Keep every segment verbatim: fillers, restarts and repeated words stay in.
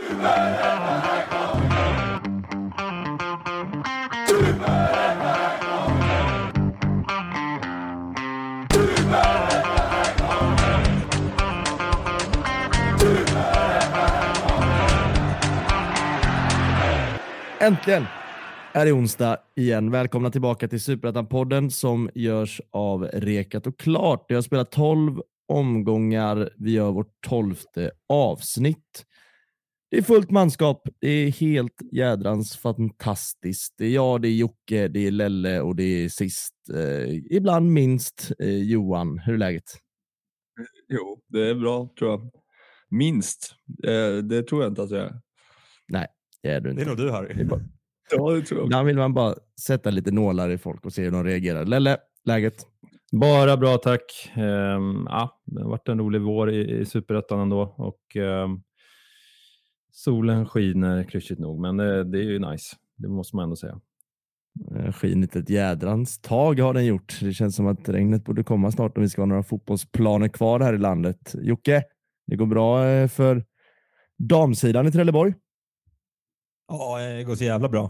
Äntligen är det onsdag igen. Välkomna tillbaka till Superettan-podden som görs av Rekat och Klart. Jag har spelat tolv omgångar. Vi gör vårt tolfte avsnitt. Det är fullt manskap. Det är helt jädrans fantastiskt. Det är jag, det är Jocke, det är Lelle och det är sist, eh, ibland minst, eh, Johan. Hur är läget? Jo, det är bra tror jag. Minst. Eh, det tror jag inte att jag är. Nej. Det är, det är nog du, Harry. Bara... Ja, det tror jag. Ibland vill man bara sätta lite nålar i folk och se hur de reagerar. Lelle, läget? Bara bra, tack. Um, ja, det har varit en rolig vår i, i Superettan ändå. Och um, solen skiner klyschigt nog. Men det, det är ju nice. Det måste man ändå säga. Skinit ett jädrans tag har den gjort. Det känns som att regnet borde komma snart om vi ska ha några fotbollsplaner kvar här i landet. Jocke, det går bra för damsidan i Trelleborg? Ja, det går så jävla bra.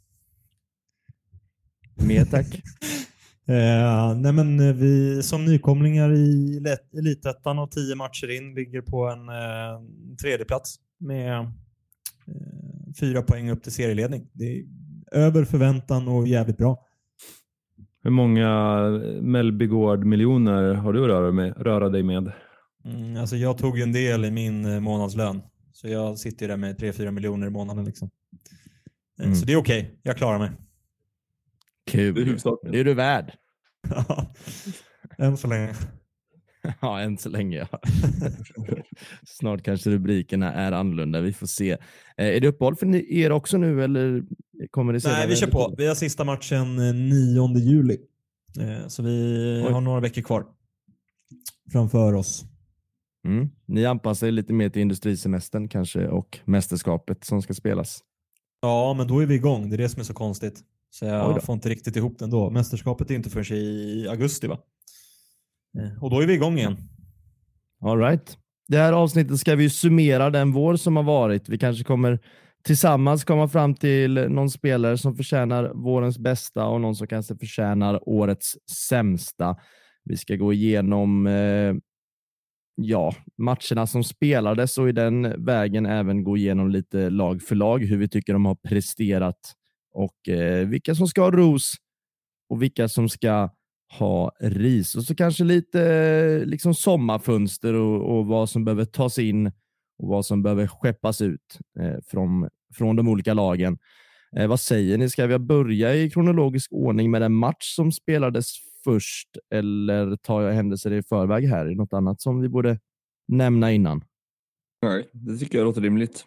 Mer tack. eh, nej men vi som nykomlingar i Elitettan och tio matcher in ligger på en eh, tredje plats med eh, fyra poäng upp till serieledning. Det är över förväntan och jävligt bra. Hur många Mellbygård-miljoner har du röra, med, röra dig med? Mm, alltså jag tog en del i min månadslön. Så jag sitter där med tre fyra miljoner i månaden liksom. Mm. Så det är okej. Okay. Jag klarar mig. Kul. Det är, det är du värd. Än så länge. Ja, än så länge. Ja. Snart kanske rubrikerna är annorlunda. Vi får se. Eh, är det uppehåll för er också nu eller kommer det senare? Nej, vi kör på. Vi har sista matchen nionde juli. Eh, så vi Oj. har några veckor kvar framför oss. Mm. Ni anpassar er lite mer till industrisemestern kanske och mästerskapet som ska spelas. Ja, men då är vi igång. Det är det som är så konstigt. Så jag får inte riktigt ihop den då. Mästerskapet är inte förrän i augusti, va? Och då är vi igång igen. All right. Det här avsnittet ska vi ju summera den vår som har varit. Vi kanske kommer tillsammans komma fram till någon spelare som förtjänar vårens bästa och någon som kanske förtjänar årets sämsta. Vi ska gå igenom eh, ja, matcherna som spelades och i den vägen även gå igenom lite lag för lag, hur vi tycker de har presterat och eh, vilka som ska ha ros och vilka som ska ha ris. Och så kanske lite eh, liksom sommarfönster och, och vad som behöver tas in och vad som behöver skeppas ut eh, från, från de olika lagen. Eh, vad säger ni? Ska vi börja i kronologisk ordning med den match som spelades först eller tar jag händelser i förväg här? Är det något annat som vi borde nämna innan? Nej, det tycker jag låter rimligt.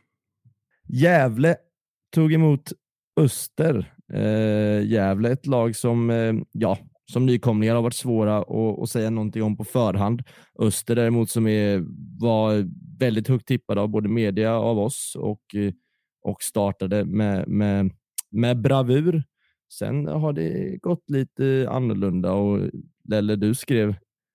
Gävle tog emot Öster. Eh, Gävle, ett lag som eh, ja, som nykomlingar har varit svåra att, att säga någonting om på förhand. Öster däremot som är, var väldigt högt tippade av både media av oss och, och startade med, med, med bravur. Sen har det gått lite annorlunda och Lelle, du skrev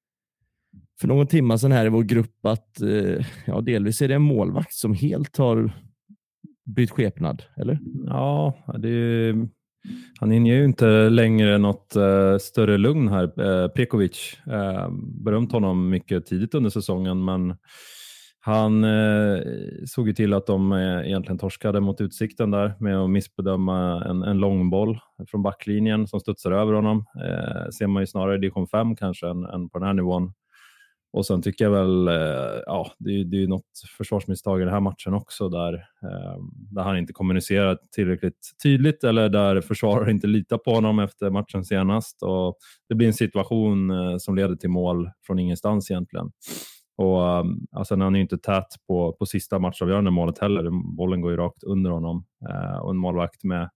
för någon timme sedan här i vår grupp att ja, delvis är det en målvakt som helt har bytt skepnad, eller? Ja, det är, han inger ju inte längre något uh, större lugn här. Uh, Prekovic, uh, berömt honom mycket tidigt under säsongen, men han uh, såg ju till att de uh, egentligen torskade mot Utsikten där med att missbedöma en, en långboll från backlinjen som studsar över honom. Uh, ser man ju snarare i division fem kanske än, än på den här nivån. Och sen tycker jag väl, uh, ja, det är, det är ju något försvarsmisstag i den här matchen också där, uh, där han inte kommunicerar tillräckligt tydligt eller där försvarare inte litar på honom efter matchen senast. Och det blir en situation uh, som leder till mål från ingenstans egentligen. Och um, alltså, han är ju inte tät på, på sista matchavgörande målet heller. Bollen går ju rakt under honom. Uh, och en målvakt med,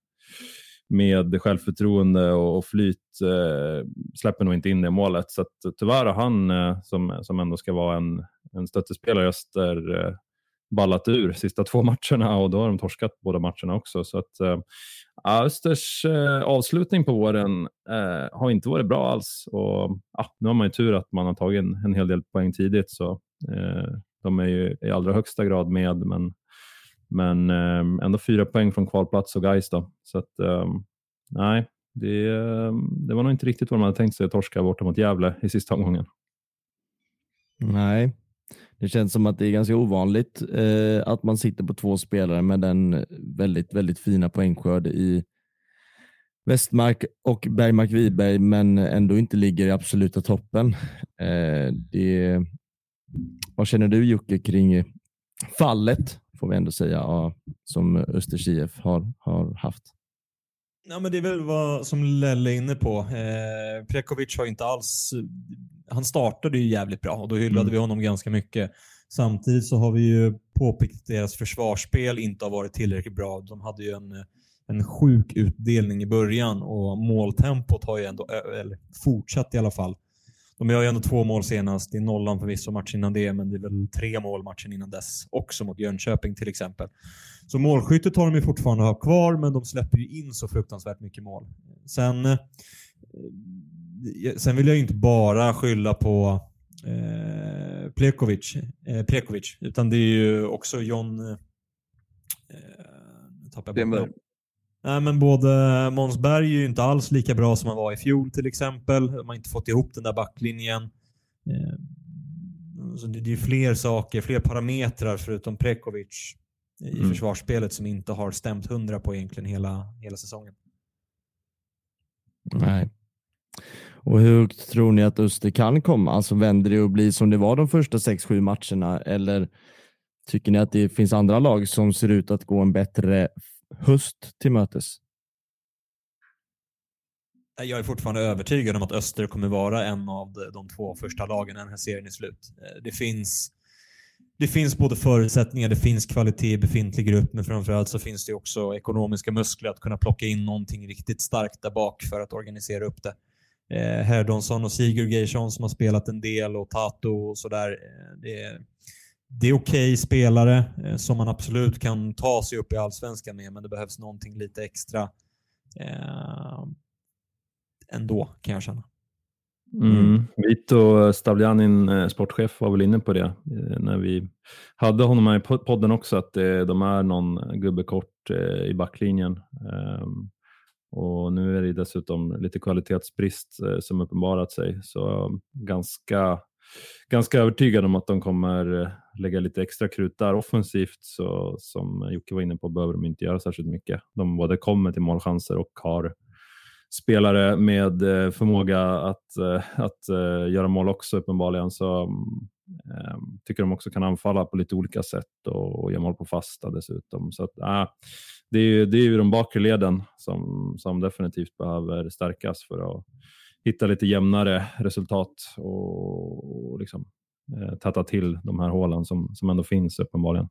med självförtroende och, och flyt uh, släpper nog inte in det målet. Så att, tyvärr har han, uh, som, som ändå ska vara en, en stöttespelare i Öster, uh, ballat ur sista två matcherna. Och då har de torskat båda matcherna också. Så att uh, Östers uh, avslutning på våren uh, har inte varit bra alls. Och uh, nu har man ju tur att man har tagit en, en hel del poäng tidigt. Så uh, de är ju i allra högsta grad med. Men Men eh, ändå fyra poäng från kvalplats och Gais då. Så att, eh, nej, det, det var nog inte riktigt vad man hade tänkt sig att torska borta mot Gävle i sista omgången. Nej, det känns som att det är ganska ovanligt eh, att man sitter på två spelare med den väldigt, väldigt fina poängskörd i Westmark och Bergmark Wiberg, men ändå inte ligger i absoluta toppen. Eh, det, vad känner du, Jocke, kring fallet, får vi ändå säga, ja, som Östers I F har, har haft? Ja, men det är väl vad som Lelle är inne på. Eh, Prekovic har inte alls... Han startade ju jävligt bra och då hyllade mm. vi honom ganska mycket. Samtidigt så har vi ju påpekat att deras försvarsspel inte har varit tillräckligt bra. De hade ju en, en sjuk utdelning i början och måltempot har ju ändå eller, fortsatt i alla fall. De har ju ändå två mål senast. Det är nollan förvisso matchen innan det, men det är väl tre mål matchen innan dess. Också mot Jönköping till exempel. Så målskyttet har de ju fortfarande ha kvar, men de släpper ju in så fruktansvärt mycket mål. Sen, eh, sen vill jag ju inte bara skylla på eh, Prekovic, eh, Prekovic, utan det är ju också John... Eh, tappar jag bort. Nej, men både Måns Berg är ju inte alls lika bra som han var i fjol till exempel. De har inte fått ihop den där backlinjen. Eh, så det är ju fler saker, fler parametrar förutom Prekovic i mm. försvarsspelet som inte har stämt hundra på egentligen hela, hela säsongen. Nej. Och hur tror ni att Öster kan komma? Alltså vänder det och bli som det var de första sex sju matcherna, eller tycker ni att det finns andra lag som ser ut att gå en bättre höst till mötes? Jag är fortfarande övertygad om att Öster kommer vara en av de två första lagen när den här serien är slut. Det finns, det finns både förutsättningar, det finns kvalitet i befintlig grupp, men framförallt så finns det också ekonomiska muskler att kunna plocka in någonting riktigt starkt där bak för att organisera upp det. Eh, Herdonsson och Sigurd Geirsson som har spelat en del och Tato och sådär. Det är, det är okej spelare eh, som man absolut kan ta sig upp i allsvenskan med, men det behövs någonting lite extra eh, ändå, kan jag känna. Mm. Vito Stavljanin, sportchef, var väl inne på det när vi hade honom här i podden också, att de är någon gubbe kort i backlinjen. Och nu är det dessutom lite kvalitetsbrist som uppenbarat sig, så ganska, ganska övertygad om att de kommer lägga lite extra krut där offensivt. Så som Jocke var inne på behöver de inte göra särskilt mycket. De både kommer till målchanser och har spelare med förmåga att, att göra mål också uppenbarligen, så äh, tycker de också kan anfalla på lite olika sätt och, och göra mål på fasta dessutom. Så att, äh, det är ju det är ju de bakre leden som, som definitivt behöver stärkas för att hitta lite jämnare resultat och, och liksom, äh, täta till de här hålen som, som ändå finns uppenbarligen.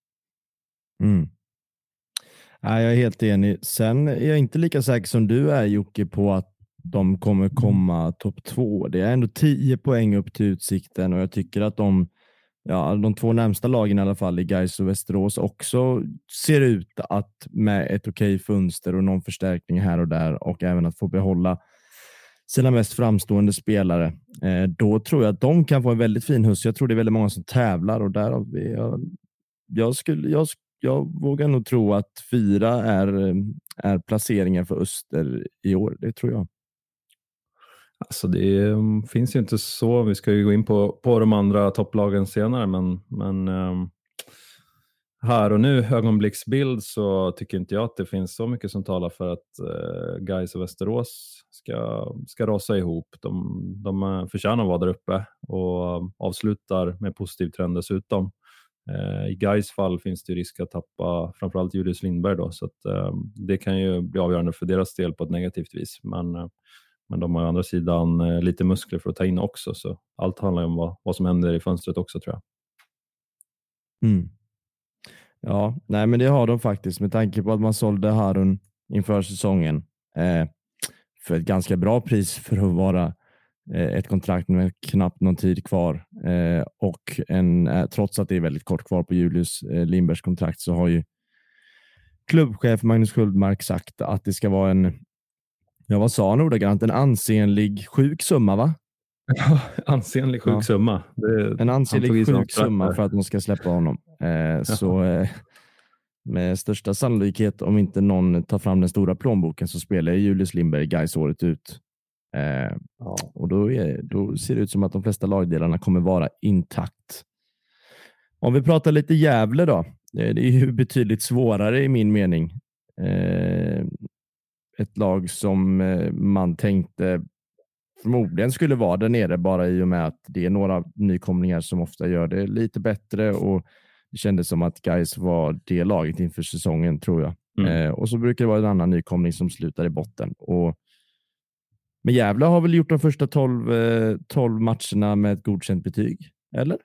Mm. Ja, jag är helt enig. Sen är jag inte lika säker som du är, Jocke, på att de kommer komma topp två. Det är ändå tio poäng upp till Utsikten och jag tycker att de, ja, de två närmsta lagen i alla fall i Gais och Västerås också ser ut att med ett okej fönster och någon förstärkning här och där och även att få behålla sina mest framstående spelare. Eh, då tror jag att de kan få en väldigt fin höst. Jag tror det är väldigt många som tävlar och där jag, jag skulle jag Jag vågar nog tro att fyra är, är placeringar för Öster i år. Det tror jag. Alltså det finns ju inte så. Vi ska ju gå in på, på de andra topplagen senare. Men, men um, här och nu, ögonblicksbild, så tycker inte jag att det finns så mycket som talar för att uh, Gais och Västerås ska, ska rasa ihop. De, de förtjänar att vara där uppe och avslutar med positiv trend dessutom. I Gais fall finns det risk att tappa framförallt Julius Lindberg då, så att, eh, det kan ju bli avgörande för deras del på ett negativt vis, men, eh, men de har å andra sidan eh, lite muskler för att ta in också, så allt handlar om vad, vad som händer i fönstret också, tror jag. Mm. Ja, nej men det har de faktiskt, med tanke på att man sålde Harun inför säsongen eh, för ett ganska bra pris för att vara ett kontrakt med knappt någon tid kvar eh, och en, eh, trots att det är väldigt kort kvar på Julius eh, Lindbergs kontrakt, så har ju klubbchef Magnus Sköldmark sagt att det ska vara en, ja vad sa han ordagrant, en ansenlig sjuk summa, va? Ja, ansenlig sjuk ja. summa. Det, en ansenlig sjuk summa för att de ska släppa honom. Eh, så, eh, med största sannolikhet, om inte någon tar fram den stora plånboken, så spelar Julius Lindberg Gais året ut. Eh, ja. Och då, är, då ser det ut som att de flesta lagdelarna kommer vara intakt. Om vi pratar lite Gävle då. Det är ju betydligt svårare i min mening. Eh, ett lag som eh, man tänkte förmodligen skulle vara där nere, bara i och med att det är några nykomlingar som ofta gör det lite bättre, och det kändes som att Gais var det laget inför säsongen, tror jag. Mm. Eh, och så brukar det vara en annan nykomling som slutar i botten. Och men Gävle har väl gjort de första tolv, eh, tolv matcherna med ett godkänt betyg, eller?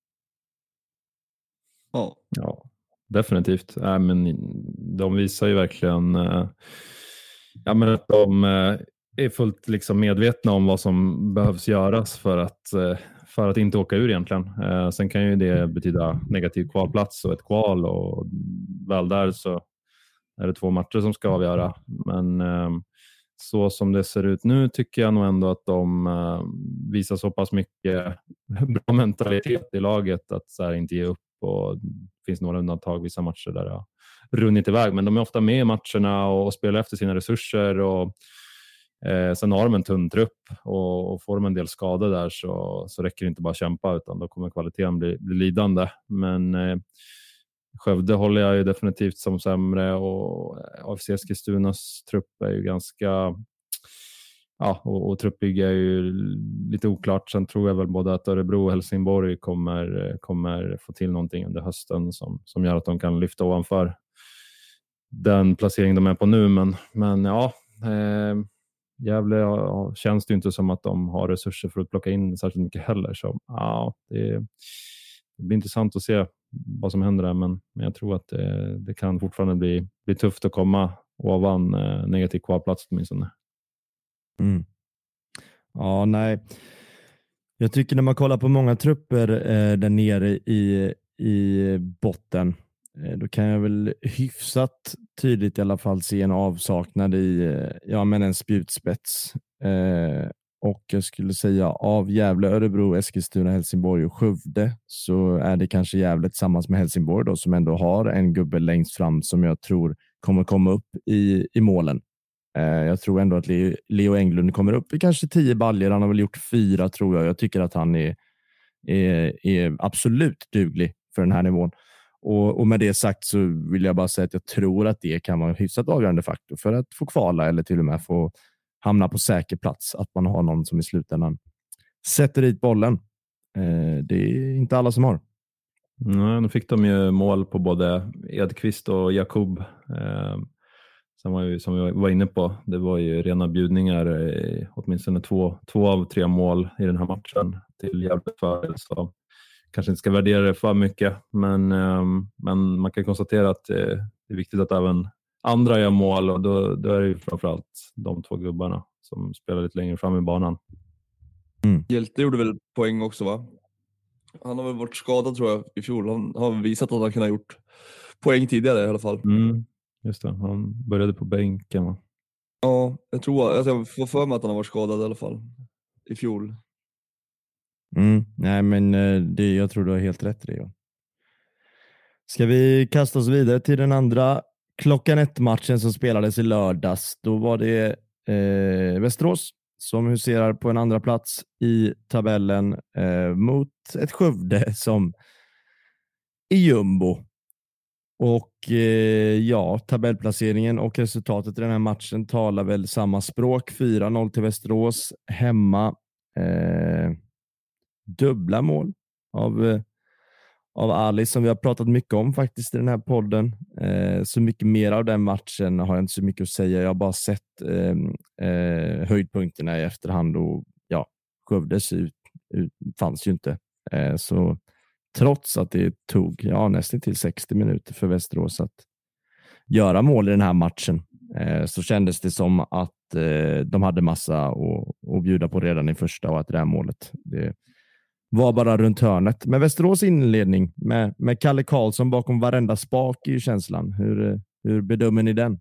Ja, ja definitivt. Äh, men de visar ju verkligen äh, ja, men att de äh, är fullt liksom medvetna om vad som behövs göras för att, äh, för att inte åka ur egentligen. Äh, sen kan ju det betyda negativ kvalplats och ett kval, och väl där så är det två matcher som ska avgöra. Men äh, så som det ser ut nu tycker jag nog ändå att de äh, visar så pass mycket bra mentalitet i laget att så här, inte ge upp. Och det finns några undantag, vissa matcher där det har runnit iväg, men de är ofta med i matcherna och spelar efter sina resurser, och eh, sen har de en tunn trupp, och, och får de en del skador där så, så räcker det inte bara att kämpa, utan då kommer kvaliteten bli, bli lidande. Men eh, Skövde håller jag ju definitivt som sämre, och A F C Eskilstunas trupp är ju ganska ja, och, och truppbygge är ju lite oklart. Sen tror jag väl både att Örebro och Helsingborg kommer, kommer få till någonting under hösten som, som gör att de kan lyfta ovanför den placering de är på nu. Men, men ja, eh, Gävle ja, känns det ju inte som att de har resurser för att plocka in särskilt mycket heller. Så ja, det, det blir intressant att se vad som händer där. Men, men jag tror att det, det kan fortfarande bli, bli tufft att komma ovan eh, negativ kvalplats åtminstone. Mm. Ja, nej. Jag tycker när man kollar på många trupper eh, där nere i, i botten, eh, då kan jag väl hyfsat tydligt i alla fall se en avsaknad i eh, ja, men en spjutspets. Eh, och jag skulle säga av Gävle, Örebro, Eskilstuna, Helsingborg och Skövde, så är det kanske Gävle tillsammans med Helsingborg då, som ändå har en gubbe längst fram som jag tror kommer komma upp i, i målen. Jag tror ändå att Leo Englund kommer upp i kanske tio baljor. Han har väl gjort fyra, tror jag. Jag tycker att han är, är, är absolut duglig för den här nivån. Och, och med det sagt så vill jag bara säga att jag tror att det kan vara en hyfsat avgörande faktor för att få kvala eller till och med få hamna på säker plats. Att man har någon som i slutändan sätter dit bollen. Det är inte alla som har. Nej, nu fick de ju mål på både Edqvist och Jakob. Sen var ju, som vi var inne på, det var ju rena bjudningar, eh, åtminstone två, två av tre mål i den här matchen till Gävle för, så kanske inte ska värdera det för mycket, men, eh, men man kan konstatera att eh, det är viktigt att även andra gör mål, och då, då är det ju framförallt de två gubbarna som spelar lite längre fram i banan. Mm. Hjälte gjorde väl poäng också, va? Han har väl varit skadad tror jag i fjol, han har visat att han kunde ha gjort poäng tidigare i alla fall. Mm. Just det, han började på bänken, va? Ja, jag tror alltså jag får för mig att han har varit skadad i alla fall i fjol. Mm, nej, men det, jag tror du har helt rätt i det. Ja. Ska vi kasta oss vidare till den andra klockan ett-matchen som spelades i lördags. Då var det eh, Västerås som huserar på en andra plats i tabellen eh, mot ett Skövde som är jumbo. Och eh, ja, tabellplaceringen och resultatet i den här matchen talar väl samma språk. fyra noll till Västerås hemma. Eh, dubbla mål av, eh, av Ali som vi har pratat mycket om faktiskt i den här podden. Eh, så mycket mer av den matchen har jag inte så mycket att säga. Jag har bara sett eh, eh, höjdpunkterna i efterhand, och ja, Skövdes ut, ut, fanns ju inte. Eh, så trots att det tog ja, nästan till sextio minuter för Västerås att göra mål i den här matchen, eh, så kändes det som att eh, de hade massa att, att bjuda på redan i första, och att det här målet det var bara runt hörnet. Men Västerås inledning med, med Kalle Karlsson bakom varenda spak i känslan. Hur, hur bedömer ni den?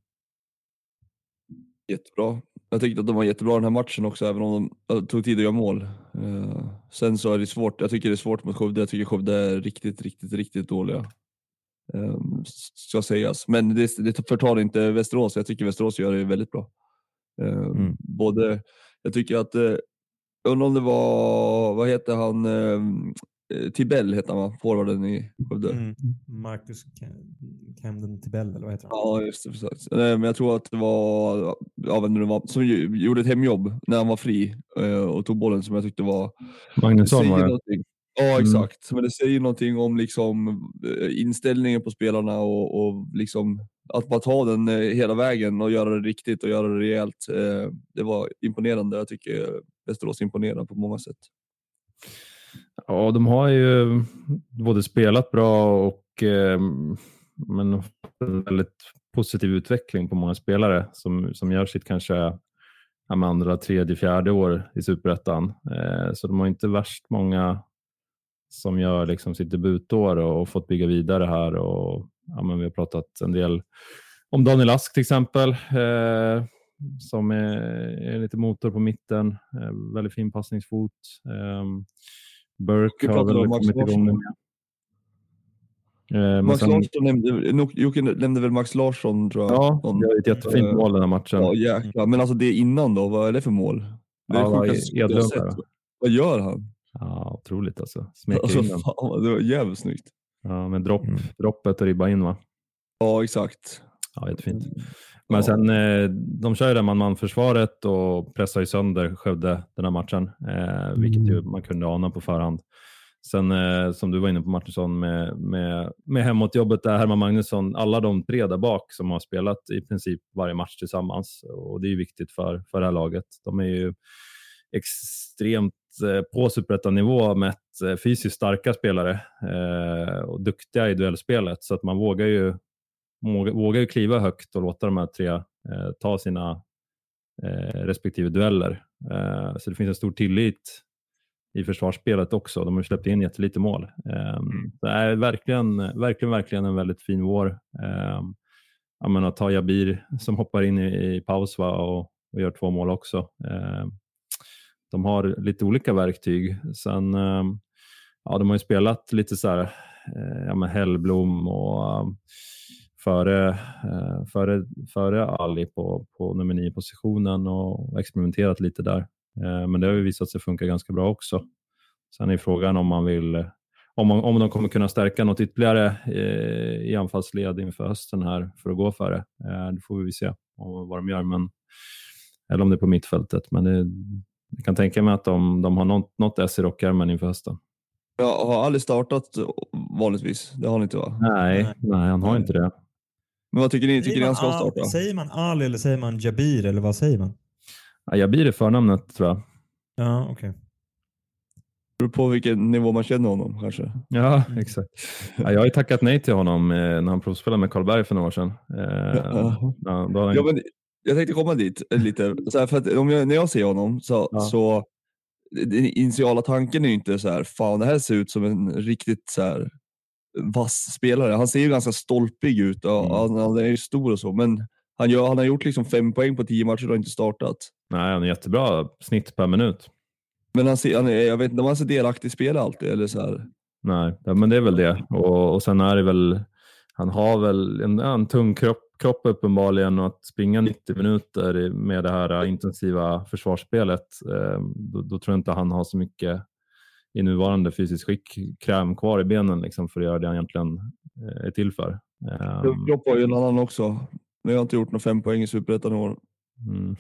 Jättebra. Jag tyckte att de var jättebra den här matchen också, även om de tog tid att göra mål. Uh, sen så är det svårt. Jag tycker det är svårt mot Skövde. Jag tycker Skövde är riktigt, riktigt, riktigt dåliga. Um, ska sägas. Men det, det förtar inte Västerås. Jag tycker Västerås gör det väldigt bra. Um, mm. Både, jag tycker att uh, undrar om det var, vad heter han, um, Tibell heter han, va? Forwarden i Skövde. Mm. Marcus Camden Tibell, eller vad heter han? Ja, just det, precis. Men jag tror att det var, jag vet inte, det var som gjorde ett hemjobb när han var fri och tog bollen, som jag tyckte var Magnusson var det. Ja, exakt. Mm. Men det säger någonting om liksom inställningen på spelarna och, och liksom att bara ta den hela vägen och göra det riktigt och göra det rejält. Det var imponerande. Jag tycker Västerås imponerar på många sätt. Ja, de har ju både spelat bra och eh, men en väldigt positiv utveckling på många spelare som, som gör sitt kanske ja, andra, tredje, fjärde år i Superettan. Eh, så de har inte värst många som gör liksom sitt debutår och, och fått bygga vidare här. Och, ja, men vi har pratat en del om Daniel Ask till exempel, eh, som är, är lite motor på mitten. Eh, väldigt fin passningsfot. Eh, Burke har väl kommit igång med. Eh, Max sen, Larsson nämnde, Jocke nämnde väl Max Larsson, tror jag. Ja, någon, det är ett jättefint mål den här matchen. Ja, jäkla. Men alltså det innan då, vad är det för mål? Det är ja, sjukaste jag sett. Vad gör han? Ja, otroligt alltså. Smäcker alltså in den. Fan, det var jävligt snyggt. Ja, med dropp, mm. droppet och ribba in, va? Ja, exakt. Ja, jättefint. Men ja. sen, eh, de kör ju det man-man-försvaret och pressar ju sönder Skövde den här matchen. Eh, vilket mm. ju man kunde ana på förhand. Sen eh, som du var inne på, Martinsson, med, med, med hemåtjobbet där, Herman Magnusson, alla de tre där bak som har spelat i princip varje match tillsammans. Och det är ju viktigt för, för det här laget. De är ju extremt eh, på superettanivå med ett, eh, fysiskt starka spelare eh, och duktiga i duellspelet. Så att man vågar ju, vågar, vågar ju kliva högt och låta de här tre eh, ta sina eh, respektive dueller. Eh, så det finns en stor tillit i försvarsspelet också. De har släppt in jättelite mål. Um, det är verkligen, verkligen, verkligen en väldigt fin vår. Um, jag menar, ta Jabir som hoppar in i, i paus, va, och, och gör två mål också. Um, de har lite olika verktyg. Sen, um, ja, de har ju spelat lite så här, uh, ja, med Hellblom och um, före, uh, före, före Ali på, på nummer nio positionen och experimenterat lite där. Men det har ju visat sig funka ganska bra också. Sen är frågan om man vill, om, man, om de kommer kunna stärka något ytterligare eh, i anfallsled inför hösten här för att gå för det. Eh, det får vi se om vad de gör, men, eller om det är på mittfältet. Men det, jag kan tänka mig att de, de har något, något S i rockärmen inför hösten. Jag har aldrig startat vanligtvis. Det har ni inte, va? Nej, nej han har nej. inte det. Men vad tycker ni? Tycker ni han ska starta? Säger man Ali eller säger man Jabir, eller vad säger man? Ja, jag blir det förnamnet, tror jag. Ja, okej. Okay. Beror på vilken nivå man känner honom, kanske. Ja, exakt. Ja, jag har ju tackat nej till honom eh, när han provspelade med Karlberg för några år sedan. Eh, ja. Ja, då han... ja, men jag tänkte komma dit lite. Så här, för att om jag, när jag ser honom så, ja. så den initiala tanken är ju inte så här, fan, det här ser ut som en riktigt så här vass spelare. Han ser ju ganska stolpig ut och mm. han, han är ju stor och så, men Han, gör, han har gjort liksom fem poäng på tio matcher och har inte startat. Nej, han är jättebra snitt per minut. Men han, ser, han är, jag vet inte om han är så delaktig i spel alltid. Eller så här. Nej, men det är väl det. Och, och sen är det väl, han har väl en, en tung kropp, kropp uppenbarligen, och att springa nittio minuter med det här intensiva försvarsspelet, eh, då, då tror jag inte han har så mycket i nuvarande fysisk skick kräm kvar i benen liksom, för att göra det han egentligen är till för. Um, kropp har ju en annan också. Men jag har inte gjort några fem poäng i Superettan i år. Mm.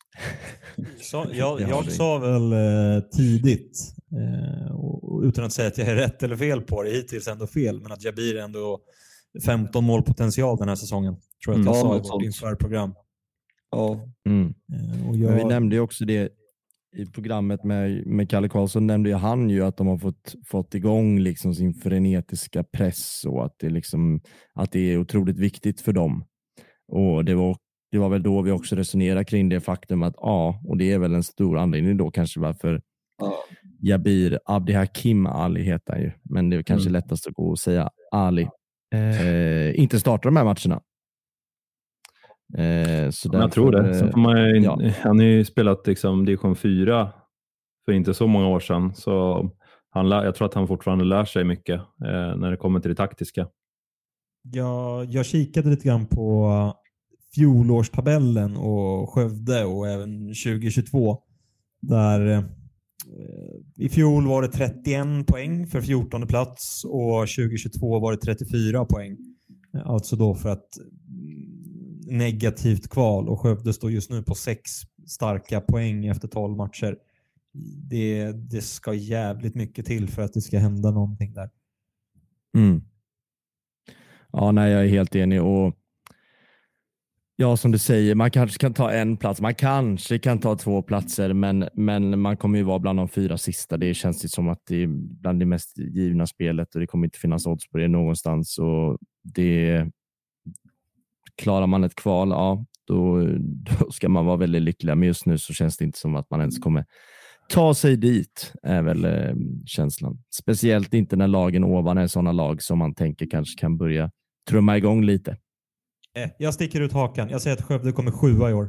Så, jag, jag sa väl eh, tidigt, eh, och, utan att säga att jag är rätt eller fel på det, hittills ändå fel, men att Jabir ändå femton målpotential den här säsongen. Tror jag att jag mm. sa i vårt införprogram. Ja. Mm. Eh, och jag... Men vi nämnde ju också det i programmet med, med Kalle Karlsson, nämnde ju han ju att de har fått, fått igång liksom sin frenetiska press och att det, liksom, att det är otroligt viktigt för dem. Och det var, det var väl då vi också resonerade kring det faktum att ja, och det är väl en stor anledning då kanske varför ja. Jabir Abdihakim Ali heter han ju, men det är kanske mm. lättast att gå och säga Ali eh, inte startar de här matcherna. Eh, så därför, jag tror det. Sen får man ju, ja. Han har ju spelat liksom division fyra för inte så många år sedan, så han, jag tror att han fortfarande lär sig mycket eh, när det kommer till det taktiska. jag, jag kikade lite grann på fjolårstabellen och Skövde och även tjugo tjugotvå. Där eh, i fjol var det trettioen poäng för fjortonde plats och tjugo tjugotvå var det trettiofyra poäng. Alltså då för att negativt kval, och Skövde står just nu på sex starka poäng efter tolv matcher. Det, det ska jävligt mycket till för att det ska hända någonting där. Mm. Ja, nej, jag är helt enig. Och ja, som du säger, man kanske kan ta en plats. Man kanske kan ta två platser, men, men man kommer ju vara bland de fyra sista. Det känns ju som att det är bland det mest givna spelet och det kommer inte finnas odds på det någonstans. Och det, klarar man ett kval, ja, då, då ska man vara väldigt lycklig. Men just nu så känns det inte som att man ens kommer ta sig dit, är väl eh, känslan. Speciellt inte när lagen ovan är sådana lag som man tänker kanske kan börja trumma igång lite. Jag sticker ut hakan. Jag säger att Skövde kommer sjua i år.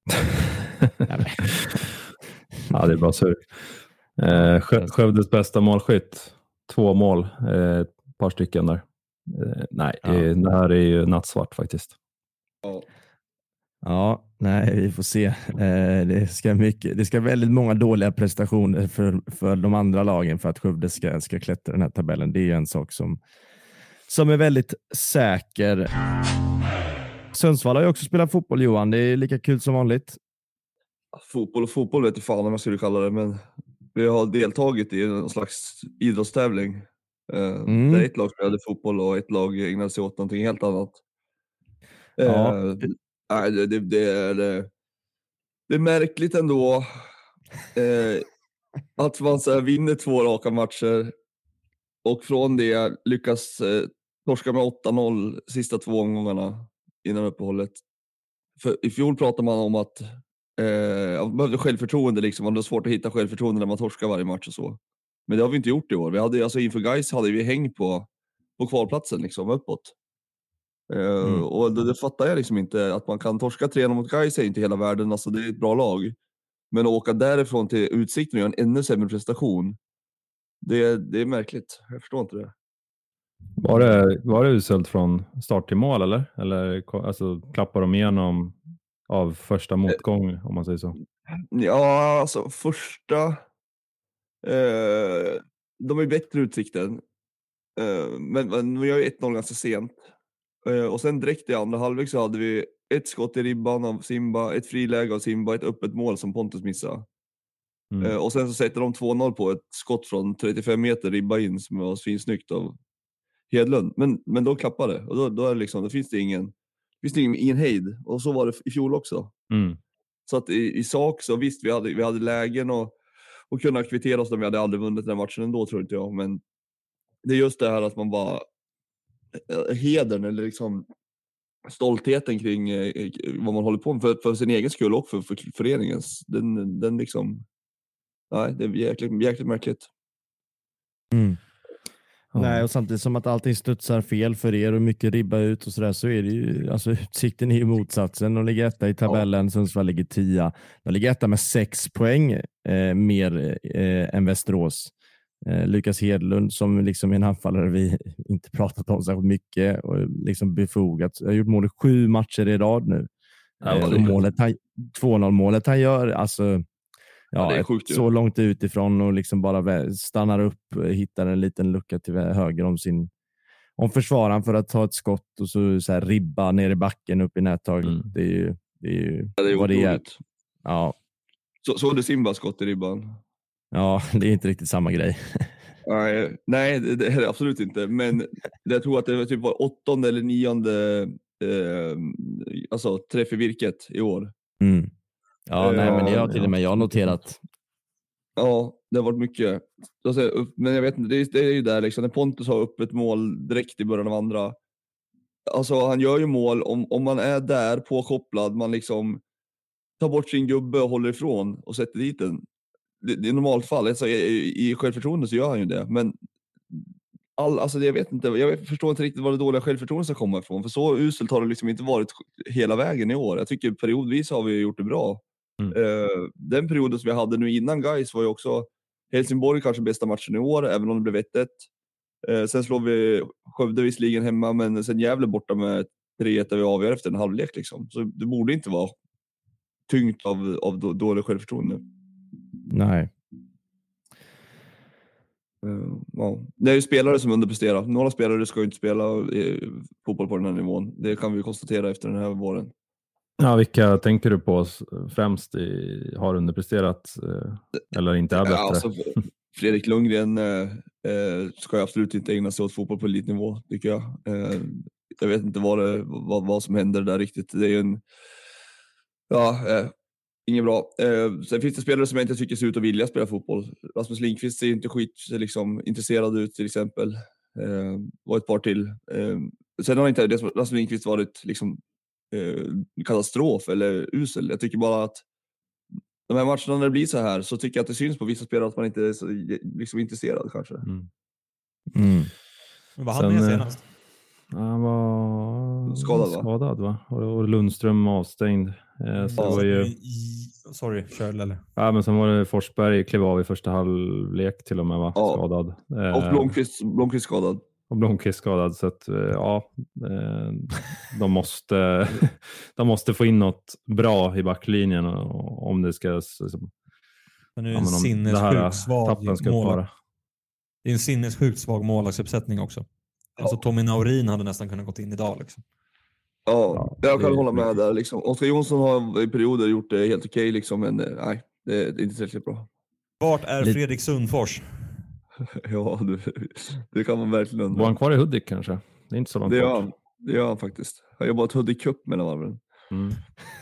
Ja, det är bara sur. Eh, Skövdes bästa målskytt. Två mål. Eh, ett par stycken där. Eh, nej, ja. det, det här är ju nattsvart faktiskt. Ja. Ja, nej, vi får se. Eh, det ska mycket, det ska väldigt många dåliga prestationer för, för de andra lagen för att Skövde ska, ska klättra den här tabellen. Det är ju en sak som, som är väldigt säker. Sundsvall har ju också spelat fotboll, Johan. Det är lika kul som vanligt. Fotboll och fotboll vet jag fan om man skulle kalla det, men vi har deltagit i en slags idrottstävling. Mm. Där ett lag spelade fotboll och ett lag ägnade sig åt någonting helt annat. Ja. Uh, nej, det, det, det, är, det är märkligt ändå uh, att man så här vinner två raka matcher och från det lyckas uh, torska med åtta noll sista två omgångarna innan uppehållet. För i fjol pratade man om att uh, man behövde självförtroende liksom, man hade svårt att hitta självförtroende när man torskar varje match och så. Men det har vi inte gjort i år. Vi hade, alltså inför Gais hade vi häng på, på kvalplatsen liksom, uppåt. Mm. Uh, och det, det fattar jag liksom inte. Att man kan torska tre mot Gais är inte hela världen. Alltså det är ett bra lag. Men att åka därifrån till Utsikten och göra en ännu sämre prestation. Det, det är märkligt. Jag förstår inte det. Var det, var det uselt från start till mål eller? Eller alltså, klappar de igenom av första motgång om man säger så? Ja, alltså första... Uh, de är bättre Utsikten. Uh, men, men vi har ju ett noll ganska sent. Uh, och sen direkt i andra halvlek så hade vi ett skott i ribban av Simba, ett friläge av Simba, ett öppet mål som Pontus missade. Mm. Uh, och sen så sätter de två noll på ett skott från trettiofem meter ribba in som var svinsnyggt av Hedlund. Men, men då klappar det. Och då, då, är det liksom, då finns det ingen, finns det ingen, ingen hejd. Och så var det i fjol också. Mm. Så att i, i sak så visst, vi hade, vi hade lägen och, och kunna kvittera oss när vi hade aldrig vunnit den matchen ändå, tror inte jag. Men det är just det här att man bara hedern eller liksom stoltheten kring eh, vad man håller på med för, för sin egen skull och för, för föreningens. Den, den liksom, nej, det är jäkligt, jäkligt märkligt. Mm. Ja. Nej, och samtidigt som att allting studsar fel för er och mycket ribba ut och sådär, så är det ju, alltså Utsikten är ju motsatsen. De ligger etta i tabellen, ja. Sundsvall ligger tia. De ligger etta med sex poäng eh, mer eh, än Västerås. Eh, Lukas Hedlund som liksom är en anfallare vi inte pratat om så mycket och liksom befogat. Jag har gjort mål i sju matcher i rad nu. Ja, eh, och målet han, två noll målet han gör, alltså ja, ja, det är sjukt, ett, så långt utifrån och liksom bara stannar upp, hittar en liten lucka till höger om sin om försvararen för att ta ett skott och så, så här ribba ner i backen upp i nättaget. Mm. Det är ju, det är ju ja, det är vad det är. Ja. Så, så är det Simba skott i ribban. Ja, det är inte riktigt samma grej. Nej, nej, det är det absolut inte. Men jag tror att det var typ var åttonde eller nionde eh, alltså träff i virket i år. Mm. Ja, eh, nej, men det har till och med jag noterat. Ja, det har varit mycket. Alltså, men jag vet inte, det är, det är ju där liksom, när Pontus har upp ett mål direkt i början av andra. Alltså han gör ju mål om, om man är där påkopplad, man liksom tar bort sin gubbe och håller ifrån och sätter dit den. Det, det är normalt fall. Alltså, i, I självförtroende så gör han ju det. Men all, alltså, jag vet inte. Jag förstår inte riktigt var det dåliga självförtroende ska komma ifrån. För så uselt har det liksom inte varit hela vägen i år. Jag tycker periodvis har vi gjort det bra. Mm. Uh, den perioden som vi hade nu innan Gais var ju också Helsingborg kanske bästa matchen i år. Även om det blev ett ett. Eh, sen slår vi Skövde visserligen hemma, men sen Gävle borta med tre ett där vi avgör efter en halvlek liksom. Så det borde inte vara tyngt av, av då, dålig självförtroende. Nej. Uh, ja. Det är ju spelare som underpresterar. Några spelare ska ju inte spela i fotboll på den här nivån. Det kan vi konstatera efter den här våren. Ja, vilka tänker du på främst i, har underpresterat eh, eller inte är bättre? Ja, alltså, Fredrik Lundgren eh, ska ju absolut inte ägna sig åt fotboll på elitnivå, tycker jag. Eh, jag vet inte vad, det, vad, vad som händer där riktigt. Det är ju en... Ja, eh, inget bra. Eh, sen finns det spelare som jag inte tycker ser ut att vilja spela fotboll. Rasmus Lindqvist ser inte skit liksom, intresserad ut till exempel. Eh, och ett par till. Eh, sen har inte Rasmus Lindqvist varit liksom, eh, katastrof eller usel. Jag tycker bara att de här matcherna när det blir så här så tycker jag att det syns på vissa spelare att man inte är så liksom, intresserad kanske. Mm. Mm. Vad hade ni senast? Han var skadad, va? skadad va? Och Lundström avstängd. Eh, så ja. det var ju... Sorry, kör eller? Ja, men sen var det Forsberg klev av i första halvlek till och med, va? Ja. Skadad. Eh, och Blomqvist, Blomqvist skadad. Och Blomqvist skadad, så att ja, de måste de måste få in något bra i backlinjen om det ska liksom, men nu är en ja, sinnessjukt svag mål. Det är en sinnessjukt svag målvaktsuppsättning också. Ja. Alltså Tommy Naurin hade nästan kunnat gått in idag liksom. Ja, jag kan det, hålla med där liksom. Oskar Jonsson har i perioder gjort det helt okej okay, liksom, men nej, det är inte tillräckligt bra. Vart är Fredrik Sundfors? Ja, det, det kan man verkligen undra. Var han kvar i Hudik kanske? Det är inte så långt det gör han, det gör han faktiskt. Han jobbar ett Hudik Cup mellan varven. Mm.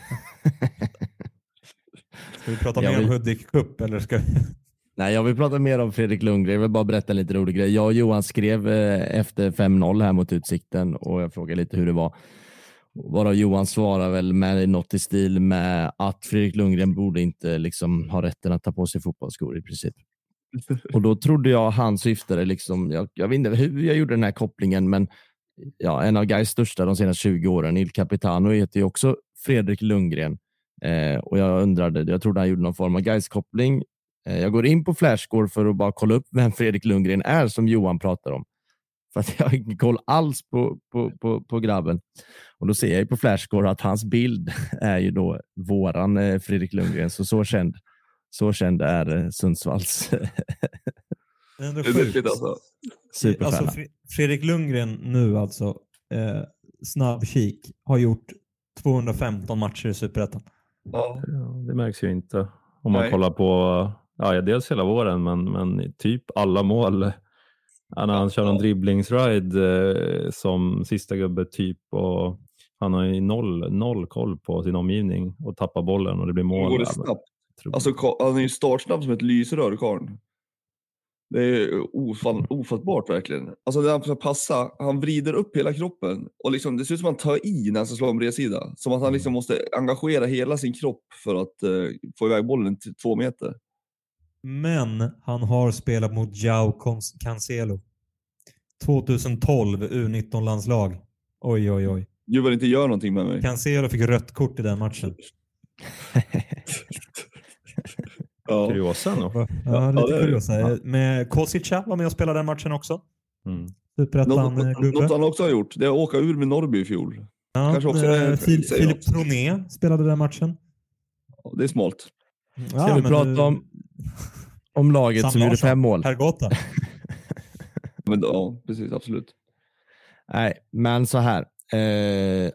Ska vi prata mer vill... om Hudik Cup eller ska vi... Nej, jag vill prata mer om Fredrik Lundgren. Jag vill bara berätta en lite rolig grej. Jag och Johan skrev eh, efter fem noll här mot Utsikten och jag frågade lite hur det var. Varav Johan svarar väl med något i stil med att Fredrik Lundgren borde inte liksom ha rätten att ta på sig fotbollsskor i princip. Och då trodde jag han syftade liksom, jag, jag vet inte hur jag gjorde den här kopplingen, men ja, en av Gais största de senaste tjugo åren, Il Capitano, heter ju också Fredrik Lundgren. Eh, och jag undrade, jag trodde han gjorde någon form av Gais-koppling. Eh, jag går in på Flashscore för att bara kolla upp vem Fredrik Lundgren är som Johan pratar om. För att jag har inte koll alls på, på, på, på grabben. Och då ser jag ju på Flashscore att hans bild är ju då våran eh, Fredrik Lundgren. Så så känd, så känd är eh, Sundsvalls. Det är ändå sjukt. Alltså. Alltså, Fredrik Lundgren nu alltså, eh, snabb kik, har gjort tvåhundrafemton matcher i Superettan. Ja. Ja, det märks ju inte. Om man Nej. kollar på ja, dels hela våren, men, men typ alla mål. Han, han kör en dribblingsride eh, som sista gubbe typ, och han har ju noll, noll koll på sin omgivning och tappar bollen och det blir mål. Det går det snabbt. Alltså, han är ju startsnabb som ett lysrör, karln. Det är ofall, ofattbart verkligen. Alltså när han ska passa, han vrider upp hela kroppen och liksom, det ser ut som att han tar i när han ska slå en bredsida. Som att han liksom måste engagera hela sin kropp för att uh, få iväg bollen till två meter. Men han har spelat mot João Cancelo. tjugohundratolv U nitton-landslag. Oj, oj, oj. Du vill inte göra någonting med mig. Cancelo fick rött kort i den matchen. Ja. Kuriosa då. Ja, lite ja, kuriosa. Ja. Med Kosica var med och spelade den matchen också. Mm. Superettan gubbe. Något han också har gjort, det är att åka ur med Norrby i fjol. Ja, Kanske också äh, Fil- Filip Troné spelade den matchen. Ja, det är smalt. Ja, Ska vi prata du... om, om laget Sam som gjorde fem mål? Hergota. Men, ja, precis, absolut. Nej, men så här. Eh,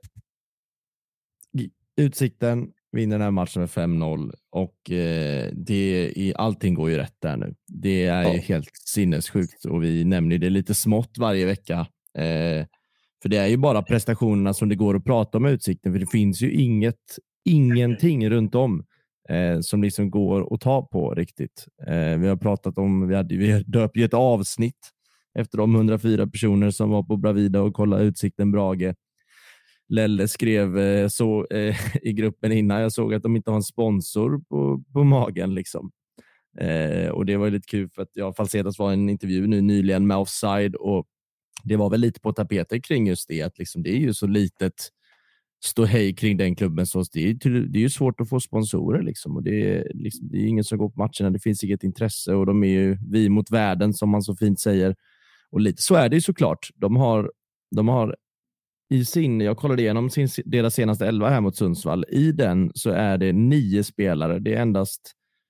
Utsikten vinner den här matchen med fem noll och eh, det, i, allting går ju rätt där nu. Det är ja. ju helt sinnessjukt och vi nämner det lite smått varje vecka. Eh, för det är ju bara prestationerna som det går att prata om Utsikten, för det finns ju inget, ingenting runt om eh, som liksom går att ta på riktigt. Eh, vi har pratat om, vi, hade, vi döpt ju ett avsnitt efter de hundrafyra personer som var på Bravida och kollade Utsikten Brage. Lelle skrev eh, så eh, i gruppen innan jag såg att de inte har en sponsor på, på magen liksom. Eh, och det var lite kul för att jag Falsetas var en intervju nu nyligen med Offside och det var väl lite på tapeten kring just det att liksom, det är ju så litet stå hej kring den klubben så det är, det är ju svårt att få sponsorer liksom och det är, liksom, det är ingen som går på matcherna, det finns inget intresse och de är ju vi mot världen som man så fint säger. Och lite så är det ju såklart. De har, de har i sin, jag kollade igenom sin, deras senaste elva här mot Sundsvall. I den så är det nio spelare. Det är endast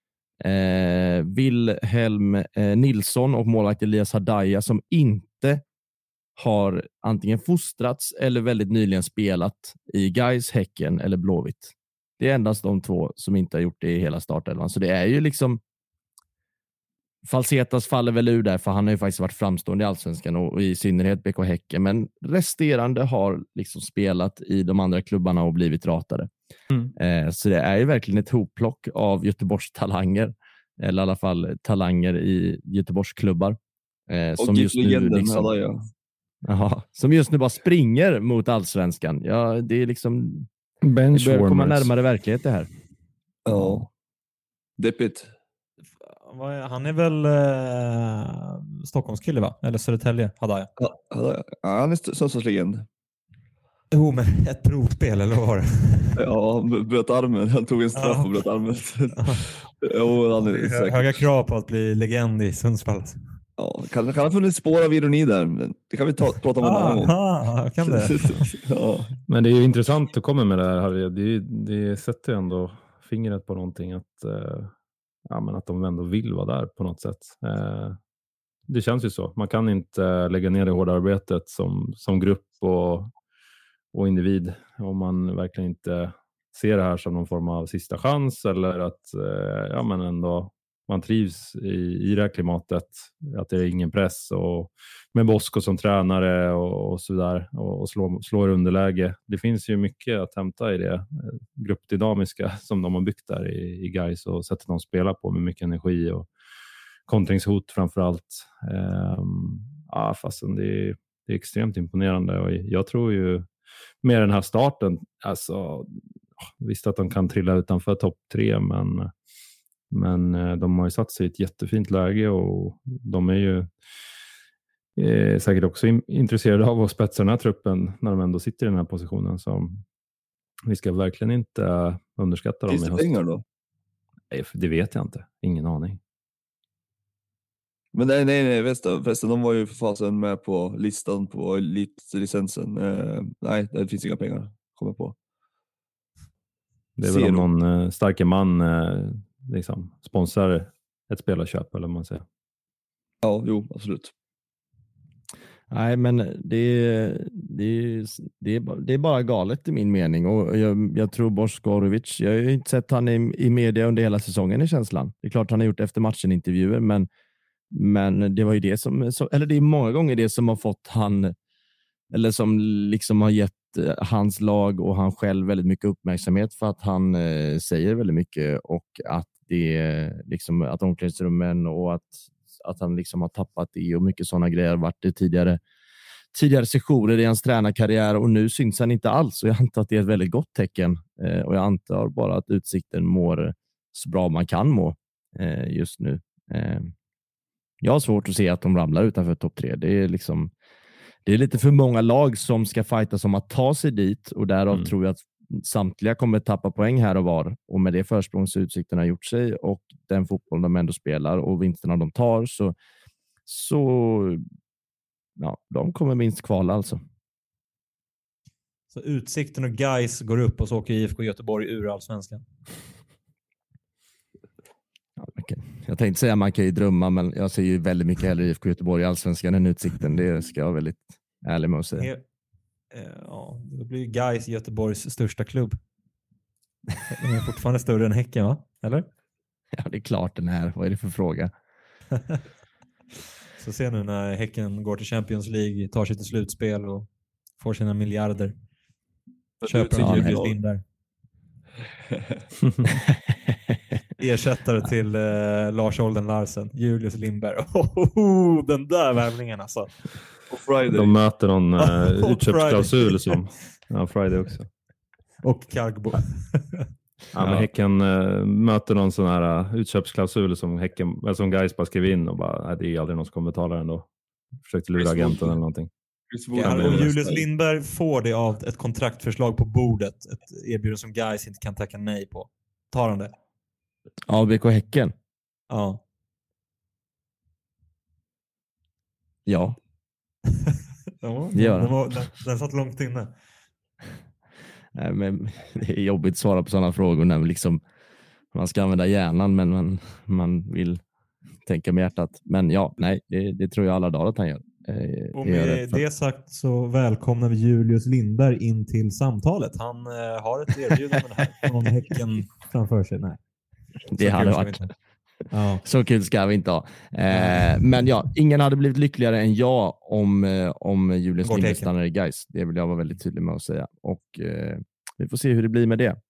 eh, Wilhelm eh, Nilsson och målvakt Elias Hadaya som inte har antingen fostrats eller väldigt nyligen spelat i Gais, Häcken eller Blåvitt. Det är endast de två som inte har gjort det i hela startelvan. Så det är ju liksom Falsetas faller väl ur där, för han har ju faktiskt varit framstående i Allsvenskan och, och i synnerhet B K Häcken, men resterande har liksom spelat i de andra klubbarna och blivit ratade. Mm. Eh, så det är ju verkligen ett hopplock av Göteborgs talanger, eller i alla fall talanger i Göteborgs klubbar. Eh, och som just nu liksom, alla, ja. Aha, som just nu bara springer mot Allsvenskan. Ja, det är liksom det börjar komma närmare verklighet det här. Ja, deppigt. Han är väl eh, Stockholmskille, va? Eller Södertälje, Hadaya. Ja, ja, han är Sundsvalls-legend. Jo, men ett provspel, eller vad var det? Ja, han bröt armen. Han tog en straff ja. och bröt armen. Jo, han är Hö- höga krav på att bli legend i Sundsvall. Ja, kan, kan ha funnits spår av ironi där, men det kan vi ta, prata om en annan gång. Ah, kan det. Ja. Men det är ju intressant att komma med det här, Harry. Det, det sätter ju ändå fingret på någonting, att, eh, ja, men att de ändå vill vara där på något sätt. Eh, det känns ju så. Man kan inte lägga ner det hårda arbetet som, som grupp och, och individ om man verkligen inte ser det här som någon form av sista chans, eller att eh, ja, men ändå man trivs i, i det här klimatet, att det är ingen press och med Bosko som tränare och, och sådär, och, och slår, slår underläge. Det finns ju mycket att hämta i det gruppdynamiska som de har byggt där i, i Gais, och sättet de spelar på med mycket energi och kontringshot framförallt. Ehm, ja, fastän det är, det är extremt imponerande, och jag tror ju med den här starten, alltså visst att de kan trilla utanför topp tre, men Men de har ju satt sig i ett jättefint läge, och de är ju eh, säkert också in, intresserade av att spetsa den här truppen när de ändå sitter i den här positionen. Så vi ska verkligen inte underskatta dem i höst. Finns det pengar då? Nej, det vet jag inte. Ingen aning. Men nej, nej, nej. Förresten, de var ju för fasen med på listan på elitlicensen. Eh, nej, det finns inga pengar. Kommer på. Det är väl om någon eh, starke man eh, liksom sponsrar ett spelarköp, eller vad man säger. Ja, jo, absolut. Nej, men det, det, det, det är bara galet i min mening, och jag, jag tror Boskorovic, jag har ju inte sett han i, i media under hela säsongen i känslan. Det är klart han har gjort efter matchen intervjuer, men, men det var ju det som, eller det är många gånger det som har fått han, eller som liksom har gett hans lag och han själv väldigt mycket uppmärksamhet, för att han eh, säger väldigt mycket, och att det liksom att omklädningsrummen och att, att han liksom har tappat det, och mycket sådana grejer har varit det tidigare, tidigare sessioner i hans tränarkarriär, och nu syns han inte alls, och jag antar att det är ett väldigt gott tecken, eh, och jag antar bara att Utsikten mår så bra man kan må eh, just nu. Eh, jag har svårt att se att de ramlar utanför topp tre. Det är liksom Det är lite för många lag som ska fightas om att ta sig dit, och därav mm. tror jag att samtliga kommer tappa poäng här och var. Och med det försprångsutsikterna har gjort sig, och den fotboll de ändå spelar och vinsterna de tar, så, så ja, de kommer minst kvala alltså. Så Utsikten och Gais går upp, och så åker I F K Göteborg ur Allsvenskan? Ja, okay. Jag tänkte säga man kan ju drömma, men jag ser ju väldigt mycket hellre I F K Göteborg i Allsvenskan än Utsikten. Det ska jag väldigt ärlig med att säga. Ja, det blir Gais Göteborgs största klubb. Den är fortfarande större än Häcken, va? Eller? Ja, det är klart den här. Vad är det för fråga? Så se nu när Häcken går till Champions League, tar sig till slutspel och får sina miljarder. Köper en Julius Lindberg. Ersättare till eh, Lars Olden Larsen, Julius Lindberg. Oh, oh, den där värvningen alltså. Och Friday. De möter någon uh, utköpsklausul som ja, Friday också. Och Kargbo. Ja, men Häcken uh, möter någon sån här uh, utköpsklausul som Häcken, som Gais bara skrev in, och bara, nej, det är aldrig någon som kommer betala den då. Försökte lura agenten eller någonting. Ja, och Julius Lindberg får det av ett kontraktförslag på bordet, ett erbjudande som Gais inte kan tacka nej på. Tar han det? Ja, B K Häcken. Ja. Ja. Ja, Det gör den, han. var, den, den satt långt inne. Nej, men det är jobbigt att svara på sådana frågor när man, liksom, man ska använda hjärnan men man, man vill tänka med hjärtat. Men ja, nej, det, det tror jag alla dagar att han gör. Eh, Och det gör med rätt för. det sagt så välkomnar vi Julius Lindberg in till samtalet. Han eh, har ett erbjudande här från Häcken framför sig. Nej. Det Så hade kul ska varit. vi inte. Ja. Så kul ska vi inte ha. Eh, men ja, ingen hade blivit lyckligare än jag om, eh, om Julius Går till Lindberg Häcken. stannar i Gais. Det vill jag vara väldigt tydlig med att säga. Och eh, vi får se hur det blir med det.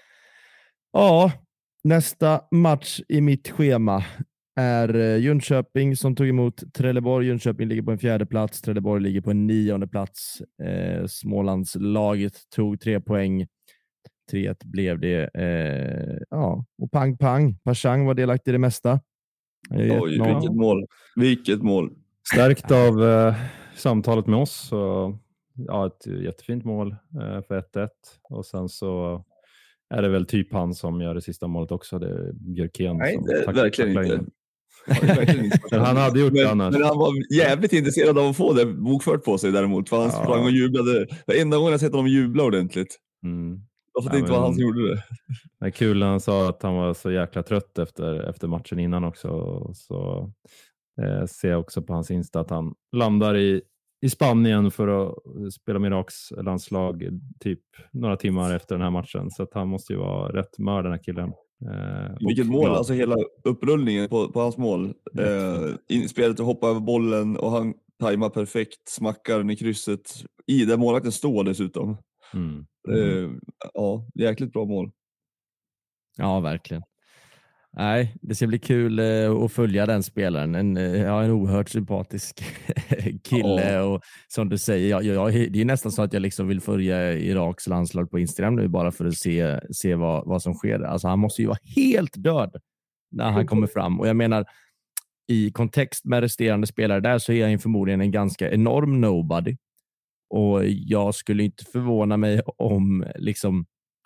Ja, nästa match i mitt schema är eh, Jönköping som tog emot Trelleborg. Jönköping ligger på en fjärde plats. Trelleborg ligger på en nionde plats. Eh, Smålandslaget tog tre poäng. tre ett blev det. Eh, ja, och pang pang. Pashang var delaktig i det mesta. Eh, Oj, någon- vilket mål. Vilket mål. Stärkt av eh, samtalet med oss. Så, ja, ett jättefint mål eh, för ett ett. Och sen så är det väl typ han som gör det sista målet också. Det är Björkén Nej, som inte, tack- verkligen tacklar inte. in. Ja, verkligen inte. Men han hade gjort det men, annars. men han var jävligt intresserad av att få det bokfört på sig däremot. För han Ja. sprang och jublade. Det enda gången jag sett honom jubla ordentligt. Mm. Jag fattar Ja, inte vad men- han som gjorde det. Det är kul när han sa att han var så jäkla trött efter, efter matchen innan också. Så eh, ser jag också på hans Insta att han landar i, i Spanien för att spela med Iraks landslag typ några timmar efter den här matchen. Så att han måste ju vara rätt mör den här killen. Eh, Vilket och mål, glad. alltså hela upprullningen på, på hans mål. Eh, inspelet och hoppa över bollen och han tajmar perfekt, smackar den i krysset. I där målvakten står dessutom. Mm. Eh, ja, jäkligt bra mål. Ja, verkligen. Nej, det ska bli kul eh, att följa den spelaren. En, eh, ja, en oerhört sympatisk kille. Ja. Och som du säger, jag, jag, det är nästan så att jag liksom vill följa Iraks landslag på Instagram nu bara för att se, se vad, vad som sker. Alltså, han måste ju vara helt död när han kommer fram. Och jag menar, i kontext med resterande spelare där så är han förmodligen en ganska enorm nobody. Och jag skulle inte förvåna mig om liksom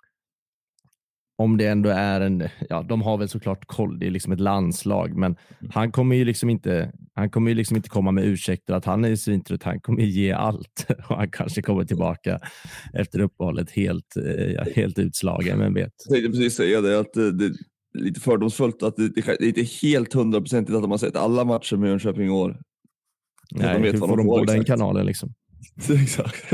om det ändå är en, ja, de har väl såklart koll, det är liksom ett landslag, men han kommer ju liksom inte, han kommer ju liksom inte komma med ursäkter att han är svintrött, han kommer ge allt och han kanske kommer tillbaka efter uppehållet helt, ja, helt utslagen, men vet. Jag tänkte precis säga det, att det, det är lite fördomsfullt att det, det är inte helt hundraprocentigt att de har sett alla matcher med Jönköping i år. Nej, vet hur vad får de de får, på den exakt. kanalen liksom? Exakt.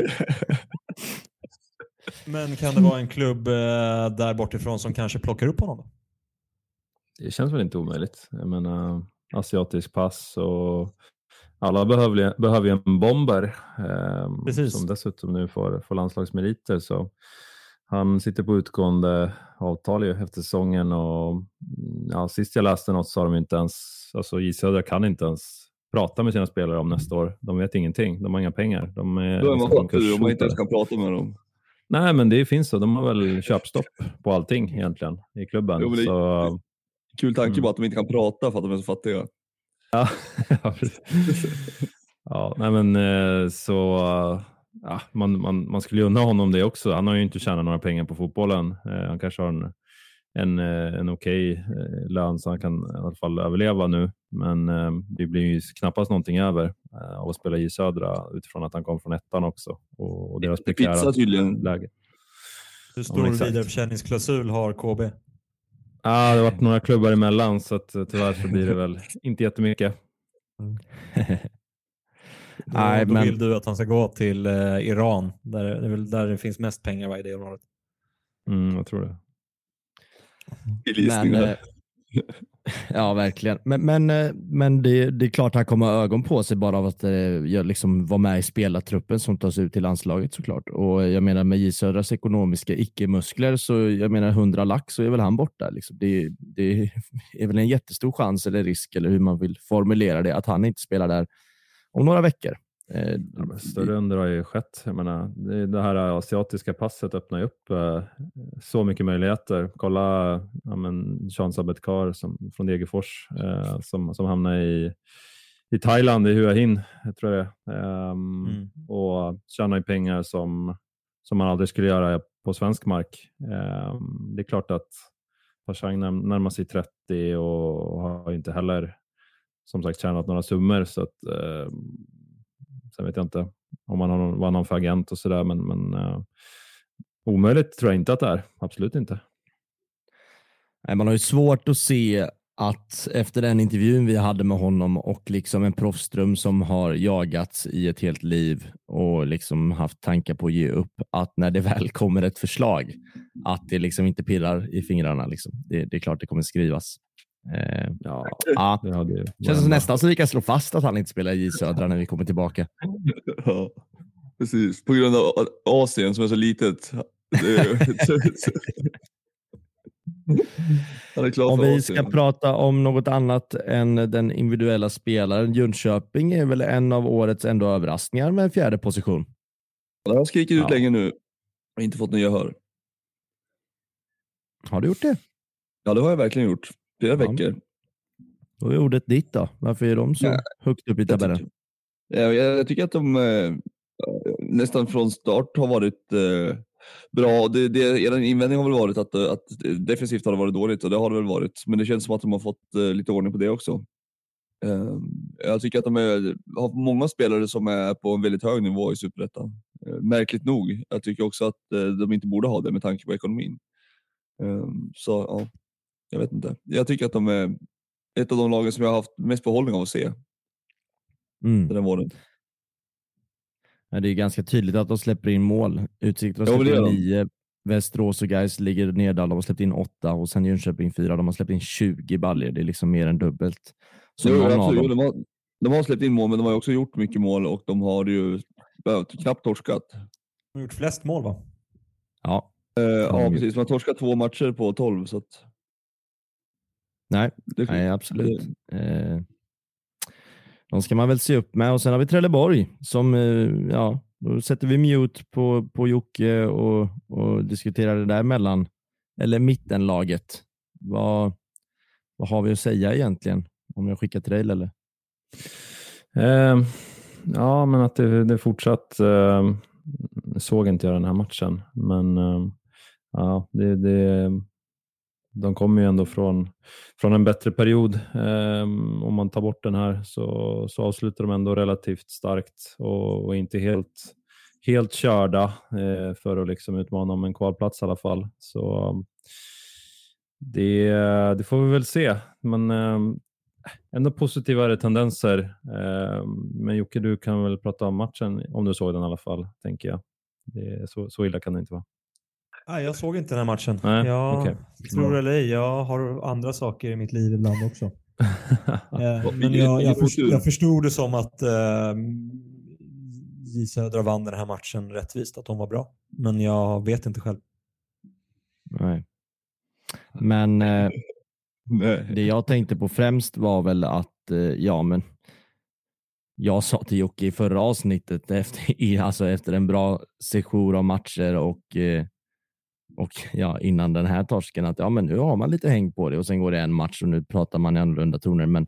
Men kan det vara en klubb eh, där bortifrån som kanske plockar upp honom då? Det känns väl inte omöjligt. Jag menar, asiatisk pass och alla behöver, ju- behöver ju en bomber eh, Precis. som dessutom nu får, får landslagsmeriter. Så han sitter på utgående avtal ju efter säsongen och ja, sist jag läste något sa de inte ens, alltså J Södra kan inte ens prata med sina spelare om nästa år. De vet ingenting, de har inga pengar. De är, Då är man liksom fattig om man inte ens konkurshotade. kan prata med dem. Nej, men det finns så. De har väl köpstopp på allting egentligen i klubben. Jo, men det- så, Kul tanke Mm. bara att de inte kan prata för att de är så fattiga. ja, ja, precis. Ja, nej men eh, så ja, man, man, man skulle ju unna honom det också. Han har ju inte tjänat några pengar på fotbollen. Eh, han kanske har en, en, eh, en okej eh, lön så han kan i alla fall överleva nu. Men eh, det blir ju knappast någonting över eh, av att spela i Södra utifrån att han kom från ettan också. Och, och deras Det pizza prekära tydligen. läge. Hur stor exakt. vidareförsäljningsklausul har K B? Ja, det har varit några klubbar emellan så att, eh, tyvärr så blir det väl inte jättemycket. Då, Nej, då men- vill du att han ska gå till eh, Iran. Där, det är väl där det finns mest pengar va, i det området. Mm, jag tror det. I Men, listningar. eh, ja, verkligen. Men, men, eh, men det, det är klart han kommer ha ögon på sig bara av att eh, jag liksom var med i spelartruppen som tas ut till landslaget såklart. Och jag menar med J Södras ekonomiska icke-muskler så jag menar hundra lax så är väl han borta. Liksom. Det, det är väl en jättestor chans eller risk eller hur man vill formulera det att han inte spelar där om några veckor. Eh, Ja, men större under har ju skett. Jag menar, det, det här asiatiska passet öppnar ju upp eh, så mycket möjligheter. Kolla ja, men Sean Sabetkar som, från Degerfors eh, som, som hamnar i, i Thailand, i Hua Hin, jag tror det um, Mm. och tjänar ju pengar som, som man aldrig skulle göra på svensk mark. Um, det är klart att Pashang när, närmar sig trettio och har inte heller som sagt tjänat några summor så att eh, sen vet jag inte om man har någon, var någon för agent och sådär, men, men uh, omöjligt tror jag inte att det är. Absolut inte. Nej, man har ju svårt att se att efter den intervjun vi hade med honom och liksom en proffsström som har jagats i ett helt liv och liksom haft tankar på att ge upp, att när det väl kommer ett förslag att det liksom inte pirrar i fingrarna. Liksom. Det, det är klart det kommer skrivas. Eh, Ja, ja. det hade ju Känns som nästan så vi kan slå fast att han inte spelar i Södra när vi kommer tillbaka. Ja, precis. På grund av Asien som är så litet. Om vi ska prata om något annat än den individuella spelaren, Jönköping är väl en av årets ändå överraskningar med en fjärde position. Jag har skrikit ut ja. länge nu och inte fått något gehör. Har du gjort det? Ja, det har jag verkligen gjort. Flera ja. veckor. Då är ordet ditt då. Varför är de så ja. högt upp i tabellen? Jag tycker, jag, jag tycker att de eh, nästan från start har varit eh, bra. Det, det, er invändning har väl varit att, att defensivt har det varit dåligt och det har det väl varit. Men det känns som att de har fått eh, lite ordning på det också. Eh, jag tycker att de är, har många spelare som är på en väldigt hög nivå i Superettan. Eh, märkligt nog. Jag tycker också att eh, de inte borde ha det med tanke på ekonomin. Eh, så ja, jag vet inte. Jag tycker att de är ett av de lagen som jag har haft mest behållning av att se. Mm. Den här våren. Ja, det är ganska tydligt att de släpper in mål. Utsikten har släppt in nio. Västerås och Gais ligger nedal. De har släppt in åtta och sen Jönköping fyra. De har släppt in tjugo baller. Det är liksom mer än dubbelt. Så jo, någon absolut. av dem... de, har, de har släppt in mål, men de har också gjort mycket mål och de har ju knappt torskat. De har gjort flest mål, va? Ja. Uh, ja, precis. Man har torskat två matcher på tolv. Så att... Nej, det, nej, absolut. Det... Eh... De ska man väl se upp med. Och sen har vi Trelleborg som, ja, då sätter vi mute på, på Jocke och, och diskuterar det där mellan, eller mittenlaget. Vad, vad har vi att säga egentligen? Om jag skickar till dig eller? Eh, ja, men att det, det fortsatt eh, såg inte jag den här matchen. Men eh, ja, det, det de kommer ju ändå från, från en bättre period. Eh, om man tar bort den här så, så avslutar de ändå relativt starkt och, och inte helt, helt körda eh, för att liksom utmana om en kvalplats i alla fall. Så det, det får vi väl se. Men eh, ändå positivare tendenser. Eh, men Jocke, du kan väl prata om matchen om du såg den i alla fall, tänker jag. Det, så, så illa kan det inte vara. Nej, jag såg inte den här matchen. Nej, jag okay. tror eller ej, jag har andra saker i mitt liv ibland också. eh, men jag, jag, förstod, jag förstod det som att eh, J Södra vann den här matchen rättvist, att de var bra. Men jag vet inte själv. Nej. Men eh, Nej. det jag tänkte på främst var väl att, eh, ja men jag sa till Jocke i förra avsnittet efter, alltså efter en bra session av matcher och eh, Och ja, innan den här torsken att ja, men nu har man lite häng på det och sen går det en match och nu pratar man i annorlunda toner. Men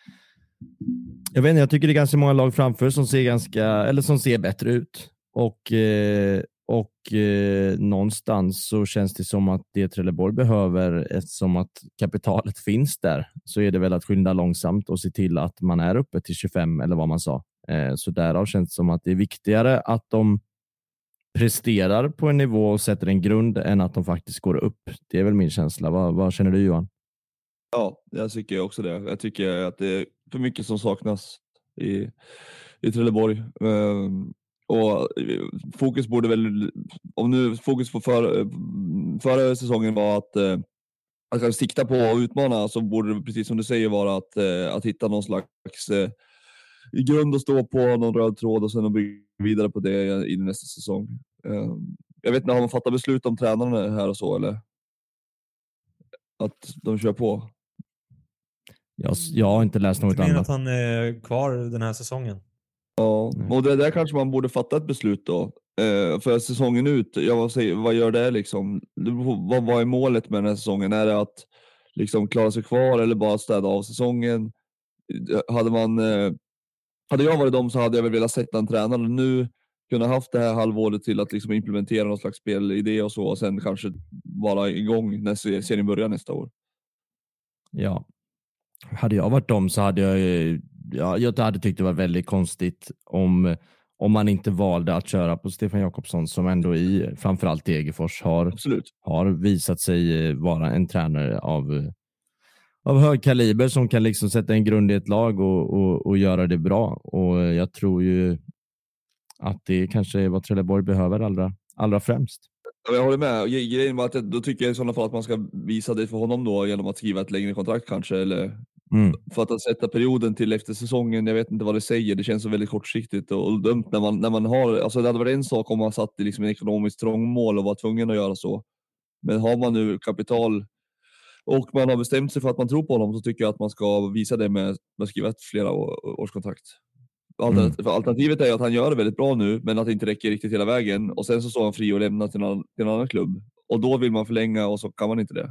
jag vet inte, jag tycker det är ganska många lag framför som ser ganska, eller som ser bättre ut. Och, eh, och eh, någonstans så känns det som att det Trelleborg behöver, eftersom att kapitalet finns där, så är det väl att skynda långsamt och se till att man är uppe till tjugofem eller vad man sa. Eh, så därav känns det som att det är viktigare att de presterar på en nivå och sätter en grund än att de faktiskt går upp. Det är väl min känsla. Vad, vad känner du, Johan? Ja, jag tycker också det. Jag tycker att det är för mycket som saknas i, i Trelleborg. Um, och fokus borde väl, om nu fokus på för, förra säsongen var att, uh, att kanske sikta på och utmana, så borde det precis som du säger vara att, uh, att hitta någon slags uh, i grund att stå på, någon röd tråd och sen att bygga vidare på det i nästa säsong. Um, jag vet inte, har man fattat beslut om tränarna här och så, eller? Att de kör på? Jag, jag har inte läst något annat. annat. Att han är kvar den här säsongen. Ja, och det där kanske man borde fatta ett beslut då. Uh, för säsongen ut, jag vad, säger, vad gör det liksom? Vad, vad är målet med den här säsongen? Är det att liksom klara sig kvar eller bara städa av säsongen? Hade man... Uh, Hade jag varit dem så hade jag väl velat sätta en tränare nu, kunna haft det här halvåret till att liksom implementera någon slags spelidé och så, och sen kanske vara igång när serien börjar nästa år. Ja. Hade jag varit dem så hade jag ja, jag hade tyckt det var väldigt konstigt om, om man inte valde att köra på Stefan Jakobsson som ändå i framförallt Degerfors har, har visat sig vara en tränare av, av hög kaliber som kan liksom sätta en grund i ett lag och, och, och göra det bra. Och jag tror ju att det kanske är vad Trelleborg behöver allra, allra främst. Jag håller med. Grejen var att då tycker jag i sådana fall att man ska visa det för honom då genom att skriva ett längre kontrakt kanske, eller mm. för att sätta perioden till efter säsongen. Jag vet inte vad det säger. Det känns så väldigt kortsiktigt och, och dumt när man, när man har, alltså det hade varit en sak om man satt i liksom en ekonomisk trångmål och var tvungen att göra så. Men har man nu kapital och man har bestämt sig för att man tror på honom, så tycker jag att man ska visa det med att skriva ett flera års kontrakt. Alternativ, mm. Alternativet är att han gör det väldigt bra nu, men att det inte räcker riktigt hela vägen. Och sen så står han fri och lämnar till en, till en annan klubb. Och då vill man förlänga och så kan man inte det.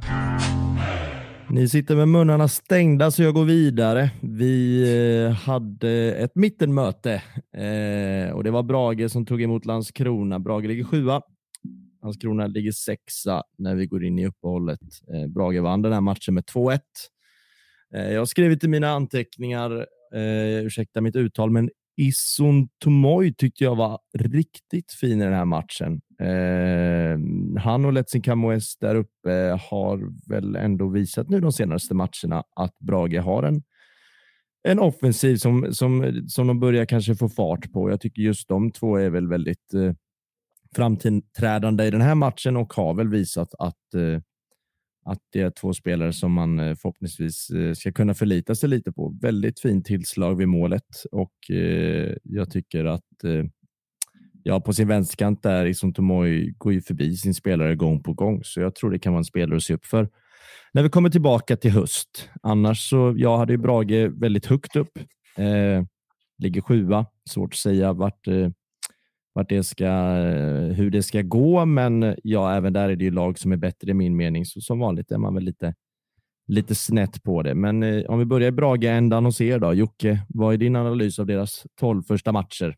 Ni sitter med munnarna stängda så jag går vidare. Vi hade ett mittenmöte eh, och det var Brage som tog emot Landskrona. Brage ligger sjua. Landskrona ligger sexa när vi går in i uppehållet. Eh, Brage vann den här matchen med två ett. Eh, jag har skrivit i mina anteckningar, eh, ursäkta mitt uttal, men Isson Tomoy tyckte jag var riktigt fin i den här matchen. Eh, han och Letsinka Moes där uppe har väl ändå visat nu de senaste matcherna att Brage har en, en offensiv som, som, som de börjar kanske få fart på. Jag tycker just de två är väl väldigt eh, framträdande i den här matchen och har väl visat att, eh, att det är två spelare som man eh, förhoppningsvis eh, ska kunna förlita sig lite på. Väldigt fint tillslag vid målet och eh, jag tycker att eh, ja, på sin vänsterkant där Isson Tomoy går ju förbi sin spelare gång på gång, så jag tror det kan vara en spelare att se upp för när vi kommer tillbaka till höst. Annars så, jag hade ju Brage väldigt högt upp. Eh, ligger sjua. Svårt att säga vart, eh, vart det ska, hur det ska gå, men ja, även där är det ju lag som är bättre i min mening, så som vanligt är man väl lite, lite snett på det. Men eh, om vi börjar i Brage-ändan och ser då, Jocke, vad är din analys av deras tolv första matcher?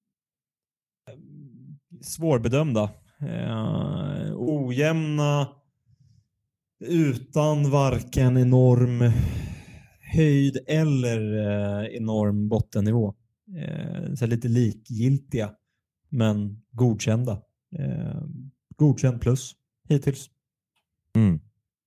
Svårbedömda. Eh, ojämna, utan varken enorm höjd eller eh, enorm bottennivå. Eh, så lite likgiltiga, men godkända. Eh, godkänd plus hittills. Mm.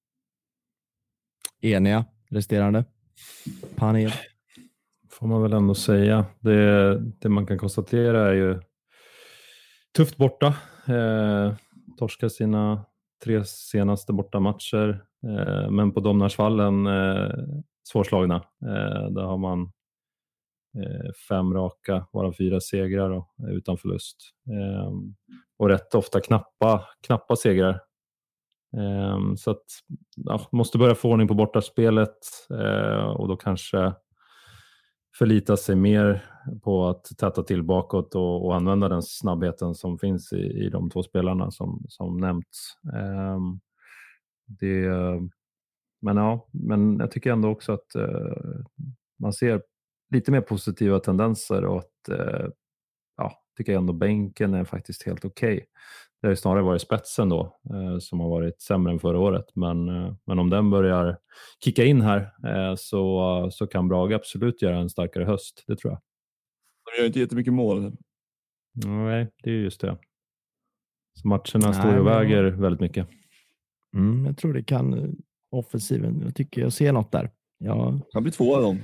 Eniga resterande panel. Får man väl ändå säga. Det, det man kan konstatera är ju tufft borta. Eh, torskar sina tre senaste borta matcher. Eh, men på Domnarsvallen eh, svårslagna. Eh, där har man eh, fem raka, varav fyra segrar och, utan förlust. Eh, och rätt ofta knappa, knappa segrar. Eh, så att ja, måste börja få ordning på bortaspelet eh, och då kanske förlita sig mer på att täta till bakåt och, och använda den snabbheten som finns i, i de två spelarna som, som nämnts. Eh, det, men ja, men jag tycker ändå också att eh, man ser lite mer positiva tendenser och att eh, ja, tycker jag ändå bänken är faktiskt helt okej. Okay. Det har ju snarare varit spetsen då eh, som har varit sämre än förra året, men, eh, men om den börjar kicka in här eh, så, så kan Brage absolut göra en starkare höst, det tror jag. De gör inte jättemycket mål. Nej, det är just det. Så matcherna står ju och väger väldigt mycket. Mm, jag tror det kan offensiven. Jag tycker jag ser något där. Ja. Kan bli två av dem.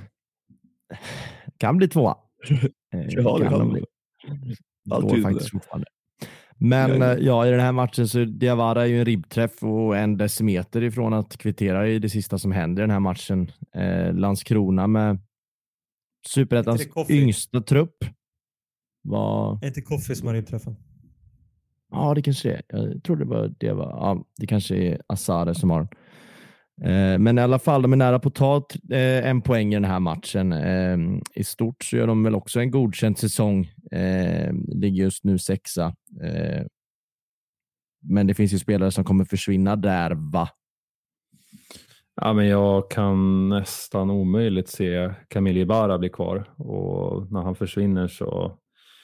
Kan bli två. Ja, det kan bli. Alltid faktiskt fortfarande. Men ja, ja, i den här matchen så Diawara är ju en ribbträff och en decimeter ifrån att kvittera i det sista som händer i den här matchen. Eh, Landskrona med Superettans yngsta trupp. Var... Är inte Koffi som har ribbträffen? Ja, det kanske är. Jag tror det var det var. Ja, det kanske är Asare som har. Eh, men i alla fall, de är nära på att ta eh, en poäng i den här matchen. Eh, I stort så gör de väl också en godkänd säsong. Eh, ligger just nu sexa. Eh, men det finns ju spelare som kommer försvinna där, va? Ja, men jag kan nästan omöjligt se Camille Ibarra bli kvar. Och när han försvinner så,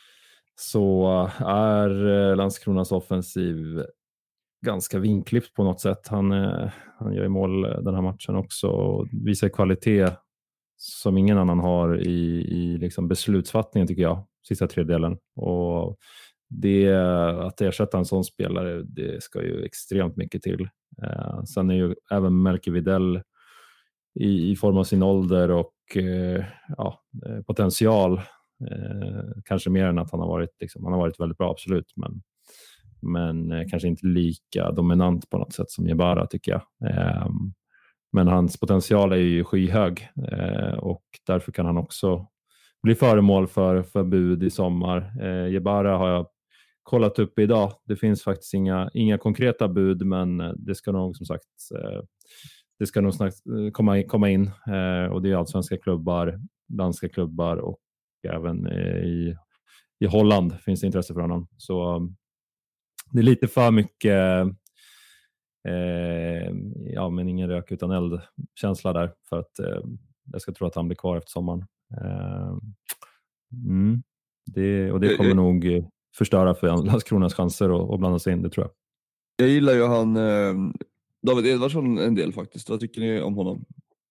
så är Landskronas offensiv ganska vinklippt på något sätt. Han, han gör ju mål den här matchen också och visar kvalitet som ingen annan har i, i liksom beslutsfattningen tycker jag, sista tredjedelen. Och det, att ersätta en sån spelare, det ska ju extremt mycket till. Eh, sen är ju även Melker Widell i, i form av sin ålder och eh, ja, potential, eh, kanske mer än att han har varit, liksom, han har varit väldigt bra, absolut, men, men eh, kanske inte lika dominant på något sätt som Jebara tycker jag. Eh, men hans potential är ju skyhög eh, och därför kan han också bli föremål för, för bud i sommar. Eh, Jebara har jag kollat upp idag. Det finns faktiskt inga, inga konkreta bud, men det ska nog som sagt eh, det ska nog snart komma, komma in eh, och det är allsvenska klubbar, danska klubbar och även eh, i, i Holland finns det intresse för honom. Så um, det är lite för mycket eh, ja, men ingen rök utan eld känsla där för att eh, jag ska tro att han blir kvar efter sommaren. Eh, mm, det, och det kommer nog eh, förstöra för Landskronas chanser att blanda sig in, det tror jag. Jag gillar ju han eh, David Edvardsson en del faktiskt. Vad tycker ni om honom?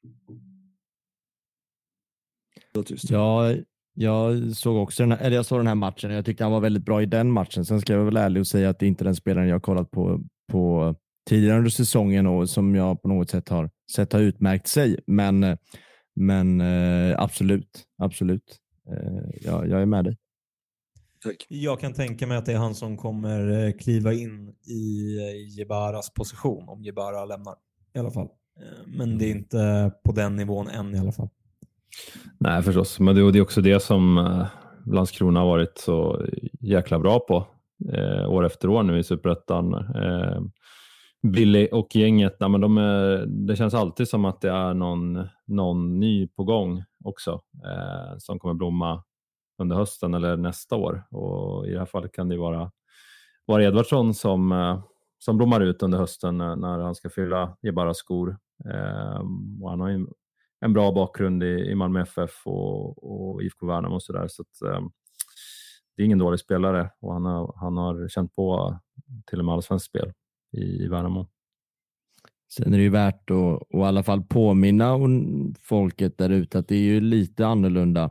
Ja, jag såg också den här, eller jag såg den här matchen. Jag tyckte han var väldigt bra i den matchen. Sen ska jag väl ärlig och säga att det är inte den spelaren jag har kollat på, på tidigare under säsongen och som jag på något sätt har sett har utmärkt sig. Men, men absolut, absolut. Jag, jag är med dig. Tack. Jag kan tänka mig att det är han som kommer kliva in i Jebaras position om Jebara lämnar i alla fall. Men det är inte på den nivån än i alla fall. Nej, förstås. Men det är också det som Landskrona har varit så jäkla bra på eh, år efter år nu i Superettan. Eh, Billy och gänget, nej, men de är, det känns alltid som att det är någon, någon ny på gång också eh, som kommer blomma under hösten eller nästa år. Och i det här fallet kan det vara, vara Edvardsson som, eh, som blommar ut under hösten när, när han ska fylla Jebaras skor. Eh, och han har en, en bra bakgrund i, i Malmö F F och, och I F K Värnamo och sådär. Så att, eh, det är ingen dålig spelare och han har, han har känt på till och med allsvensk spel i, i Värnamo. Sen är det ju värt att, att i alla fall påminna om folket där ute att det är ju lite annorlunda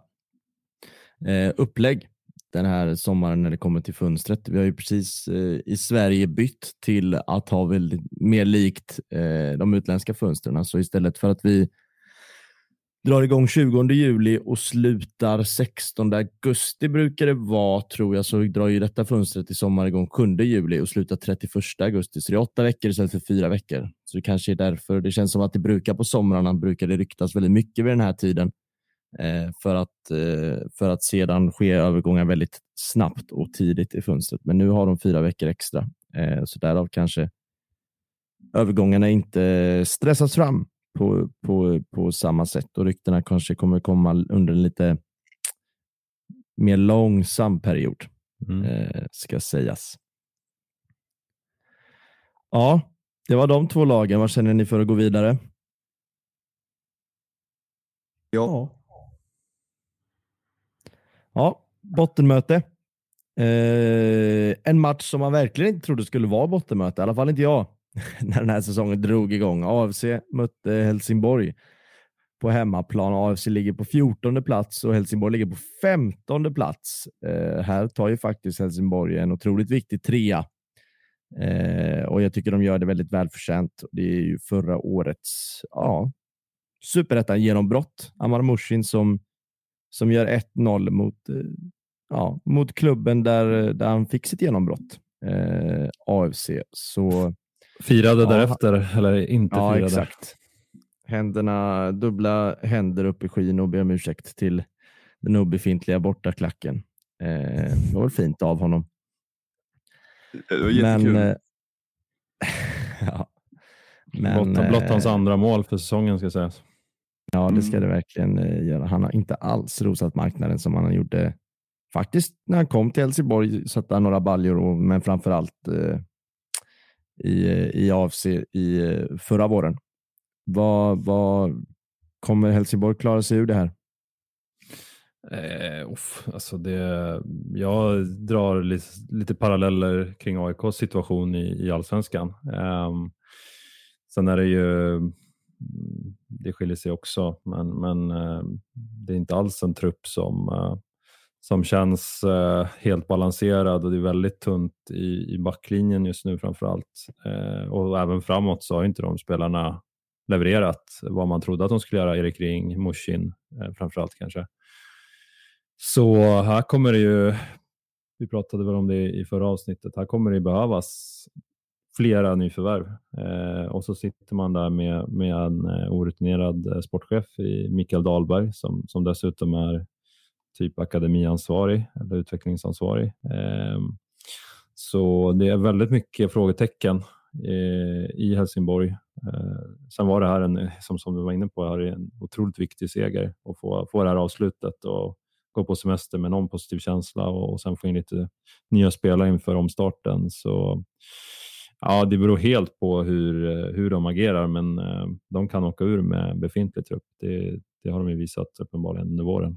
eh, upplägg den här sommaren när det kommer till fönstret. Vi har ju precis eh, i Sverige bytt till att ha väldigt mer likt eh, de utländska fönstren. Så istället för att vi drar igång tjugonde juli och slutar sextonde augusti brukar det vara, tror jag, så drar ju detta fönstret i sommar igång sjunde juli och slutar trettioförsta augusti. Så det är åtta veckor istället för fyra veckor. Så det kanske är därför det känns som att det brukar på somrarna brukar det ryktas väldigt mycket vid den här tiden. Eh, för, att, eh, för att sedan ske övergångar väldigt snabbt och tidigt i fönstret. Men nu har de fyra veckor extra. Eh, så därav kanske övergångarna inte stressas fram på, på, på samma sätt. Och ryktena kanske kommer komma under en lite mer långsam period. Mm. Eh, ska sägas. Ja, det var de två lagen. Vad känner ni för att gå vidare? Ja. Ja, bottenmöte. Eh, en match som man verkligen inte trodde skulle vara bottenmöte. I alla fall inte jag. När den här säsongen drog igång. A F C mötte Helsingborg på hemmaplan. A F C ligger på fjortonde plats och Helsingborg ligger på femtonde plats. Eh, här tar ju faktiskt Helsingborg en otroligt viktig trea. Eh, och jag tycker de gör det väldigt välförtjänt. Det är ju förra årets ja, superettan genombrott. Amar Mushin som, som gör ett noll mot, eh, ja, mot klubben där, där han fick sitt genombrott. Eh, A F C. Så firade ja, därefter, eller inte ja, firade. Exakt. Händerna, dubbla händer upp i skyn och ber om ursäkt till den obefintliga bortaklacken. Eh, det var väl fint av honom. Det var jättekul. Men, eh, ja, men, blott, blott hans eh, andra mål för säsongen ska sägas. Ja, det ska det verkligen eh, göra. Han har inte alls rosat marknaden som han gjorde faktiskt när han kom till Helsingborg. Satte han några baljor, och, men framförallt eh, i, i A F C i förra våren. Vad, vad kommer Helsingborg klara sig ur det här? Eh, uff, alltså det, jag drar lite, lite paralleller kring A I K:s situation i, i allsvenskan. Eh, sen är det ju det skiljer sig också. Men, men uh, det är inte alls en trupp som, uh, som känns uh, helt balanserad, och det är väldigt tunt i, i backlinjen just nu framförallt. Uh, och även framåt så har inte de spelarna levererat vad man trodde att de skulle göra. Erik Ring, Mushin uh, framförallt kanske. Så här kommer det ju, vi pratade väl om det i förra avsnittet, här kommer det behövas flera nyförvärv. Eh, och så sitter man där med, med en eh, orutinerad eh, sportchef i Mikael Dahlberg som, som dessutom är typ akademiansvarig eller utvecklingsansvarig. Eh, så det är väldigt mycket frågetecken eh, i Helsingborg. Eh, sen var det här en, som, som du var inne på, här är en otroligt viktig seger att få, få det här avslutet och gå på semester med någon positiv känsla och, och sen få in lite nya spelare inför omstarten. Så ja, det beror helt på hur, hur de agerar, men eh, de kan åka ur med befintlig trupp. Det, det har de ju visat uppenbarligen under våren.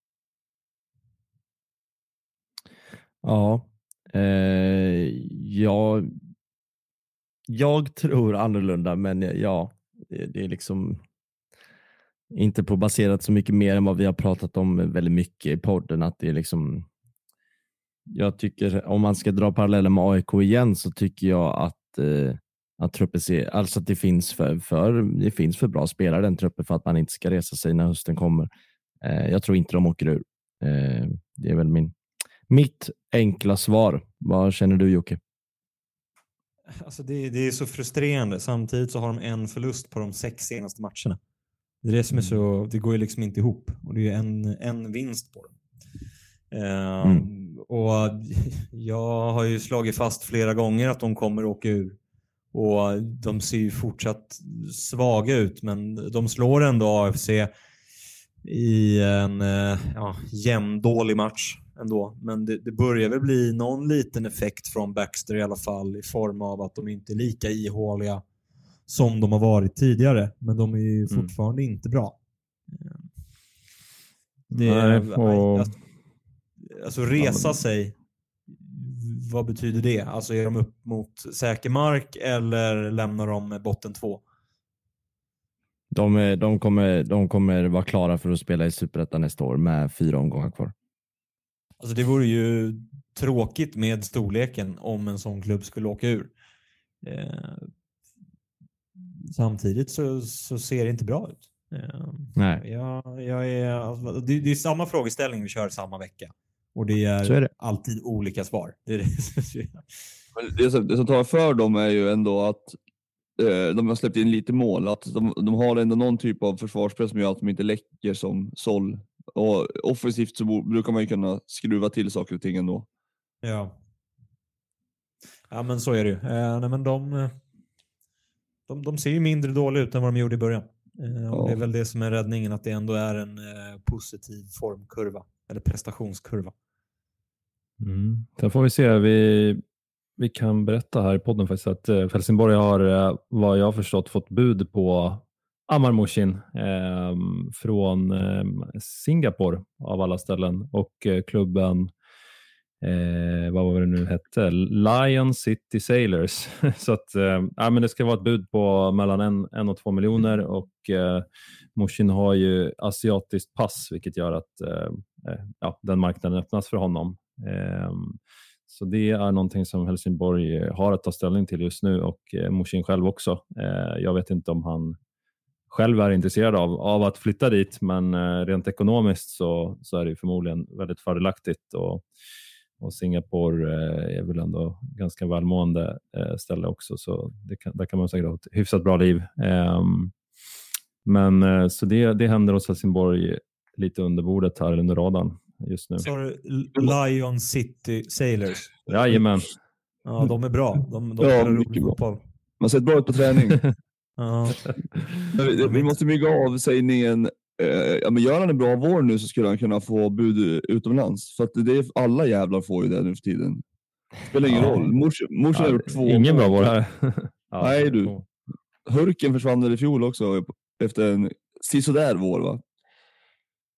Ja, eh, jag, jag tror annorlunda, men ja, det, det är liksom inte på baserat så mycket mer än vad vi har pratat om väldigt mycket i podden, att det är liksom, jag tycker om man ska dra paralleller med A I K igen, så tycker jag att eh, att truppen ser, alltså att det finns för, för det finns för bra spelare den truppen för att man inte ska resa sig när hösten kommer. Eh, jag tror inte de åker ur. Eh, det är väl min mitt enkla svar. Vad känner du, Jocke? Alltså det, det är så frustrerande. Samtidigt så har de en förlust på de sex senaste matcherna. Det är det som är så, det går ju liksom inte ihop. Och det är ju en, en vinst på dem. Uh, mm. Och jag har ju slagit fast flera gånger att de kommer åka ur. Och de ser ju fortsatt svaga ut, men de slår ändå A F C i en ja, jämndålig match ändå. Men det, det börjar väl bli någon liten effekt från Baxter i alla fall, i form av att de inte är lika ihåliga som de har varit tidigare. Men de är ju fortfarande mm. inte bra. Det är, Nej, och... alltså, alltså resa ja, sig, vad betyder det? Alltså är de upp mot säker mark eller lämnar de botten två? De, de, kommer, de kommer vara klara för att spela i Superettan nästa år med fyra omgångar kvar. Alltså det vore ju tråkigt med storleken om en sån klubb skulle åka ur. Eh, samtidigt så, så ser det inte bra ut. Eh, Nej. Jag, jag är, alltså, det, det är samma frågeställning vi kör samma vecka. Och det är, är det. alltid olika svar. Det, är det. det, som, det som tar för dem är ju ändå att eh, de har släppt in lite mål. Att de, de har ändå någon typ av försvarspress som gör att de inte läcker som såll. Och offensivt så brukar man ju kunna skruva till saker och ting ändå. Ja. Ja, men så är det ju. Eh, nej, men de, de, de ser ju mindre dåliga ut än vad de gjorde i början. Eh, och ja. Det är väl det som är räddningen, att det ändå är en eh, positiv formkurva. Eller prestationskurva. Mm. Sen får vi se. Vi, vi kan berätta här i podden faktiskt att eh, Helsingborg har, eh, vad jag har förstått, fått bud på Amar Mushin eh, från eh, Singapore av alla ställen. Och eh, klubben, eh, vad var det nu hette? Lion City Sailors. Så att eh, ja, men det ska vara ett bud på mellan en, en och två miljoner. Och eh, Mushin har ju asiatiskt pass, vilket gör att eh, ja, den marknaden öppnas för honom. Eh, så det är någonting som Helsingborg har att ta ställning till just nu, och eh, Mushin själv också. Eh, jag vet inte om han själv är intresserad av, av att flytta dit, men eh, rent ekonomiskt så, så är det förmodligen väldigt fördelaktigt, och, och Singapore eh, är väl ändå ganska välmående eh, ställe också, så det kan, där kan man säkert ha ett hyfsat bra liv. Eh, men eh, så det, det händer hos Helsingborg lite under bordet här, eller under radarn just nu. Sorry, Lion City Sailors. Jajamän. Ja, de är bra. De, de ja, är rolig fotboll. Man ser bra ut på träning. Ja. vi, vi måste mygga av sägningen. Eh, ja, men gör han en bra vår nu så skulle han kunna få bud utomlands. För att det är, alla jävlar får ju det nu för tiden. Det spelar ingen ja. roll. Mors, mors ja, har gjort två. Ingen bra vår här. Ja, nej du. Hurken försvann i fjol också efter en sisådär vår, va?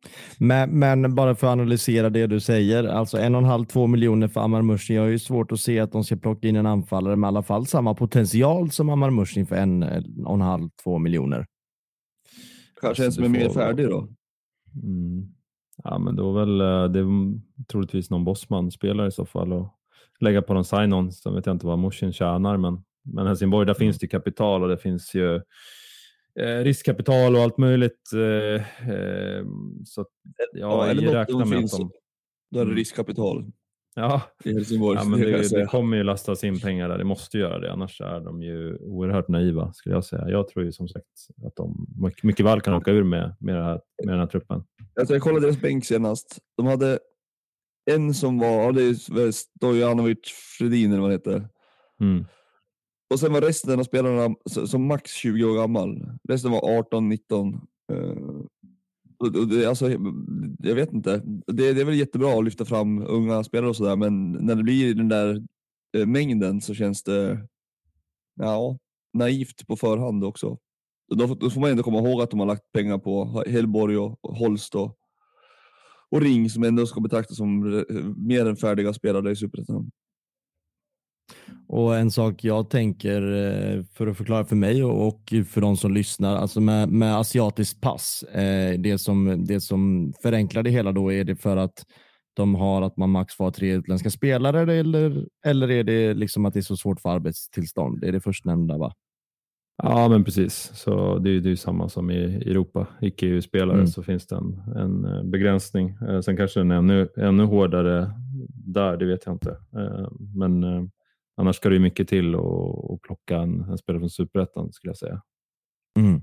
Men, men bara för att analysera det du säger, alltså en och en halv, två miljoner för Amar Mushin. Jag har ju svårt att se att de ska plocka in en anfallare med i alla fall samma potential som Amar Mushin för en, en och en halv, två miljoner. Kanske en som är mer färdig då. Mm. Ja, men då väl det är troligtvis någon Bosman-spelare i så fall och lägga på någon sign-on. Så vet jag inte vad Mushin tjänar, men, men Helsingborg, där mm. finns det kapital och det finns ju eh, riskkapital och allt möjligt. Eh, eh, så ja, ja, jag räknar med finns, att de... Då är det riskkapital. Ja, i Helsingborg. ja men det, det kommer ju lastas in pengar där. Det måste göra det, annars är de ju oerhört naiva, skulle jag säga. Jag tror ju som sagt att de mycket väl kan åka ur med, med, här, med den här truppen. Alltså jag kollade deras bänk senast. De hade en som var, ja, det är Stojanovic Fredin eller vad det heter. Mm. Och sen var resten av spelarna som max tjugo år gammal. Resten var arton nitton. Uh, och det, alltså, jag vet inte. Det, det är väl jättebra att lyfta fram unga spelare och sådär, men när det blir den där uh, mängden så känns det ja, naivt på förhand också. Då, då får man ändå komma ihåg att de har lagt pengar på Hellborg och, och Holst och, och Ring som ändå ska betraktas som mer än färdiga spelare i Superettan. Och en sak jag tänker för att förklara för mig och för de som lyssnar, alltså med, med asiatiskt pass, det som, det som förenklar det hela då, är det för att de har att man max får tre utländska spelare eller, eller är det liksom att det är så svårt för arbetstillstånd? Det är det förstnämnda, va? Ja, men precis. Så det är ju det är samma som i Europa. Icke-E U-spelare mm. så finns det en, en begränsning. Sen kanske den är ännu, ännu hårdare där, det vet jag inte. Men annars ska det ju mycket till att plocka en, en spelare från Superettan, skulle jag säga. Mm.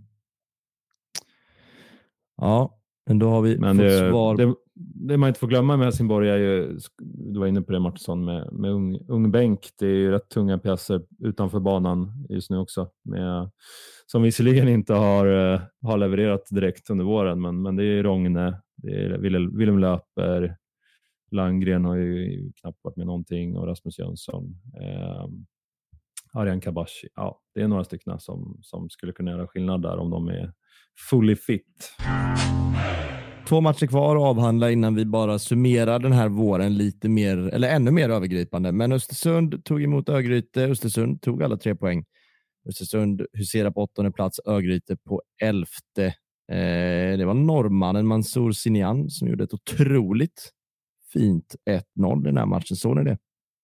Ja, men då har vi men fått det, svar. Det, det man inte får glömma med Helsingborg är ju, du var inne på det Martinsson, med, med ung, ung bänk. Det är ju rätt tunga pjäser utanför banan just nu också. Med, som visserligen inte har, har levererat direkt under våren, men, men det är Rogne, det är Willem, Willem Löper, Langgren har ju knappt varit med någonting och Rasmus Jönsson. Eh, Arjan Kabashi. Ja, det är några stycken som, som skulle kunna göra skillnad där om de är fully fit. Två matcher kvar att avhandla innan vi bara summerar den här våren lite mer, eller ännu mer övergripande. Men Östersund tog emot Örgryte. Östersund tog alla tre poäng. Östersund huserar på åttonde plats, Örgryte på elfte. Eh, det var norrmannen Mansour Sinian som gjorde ett otroligt fint ett noll i den här matchen. Såg ni det?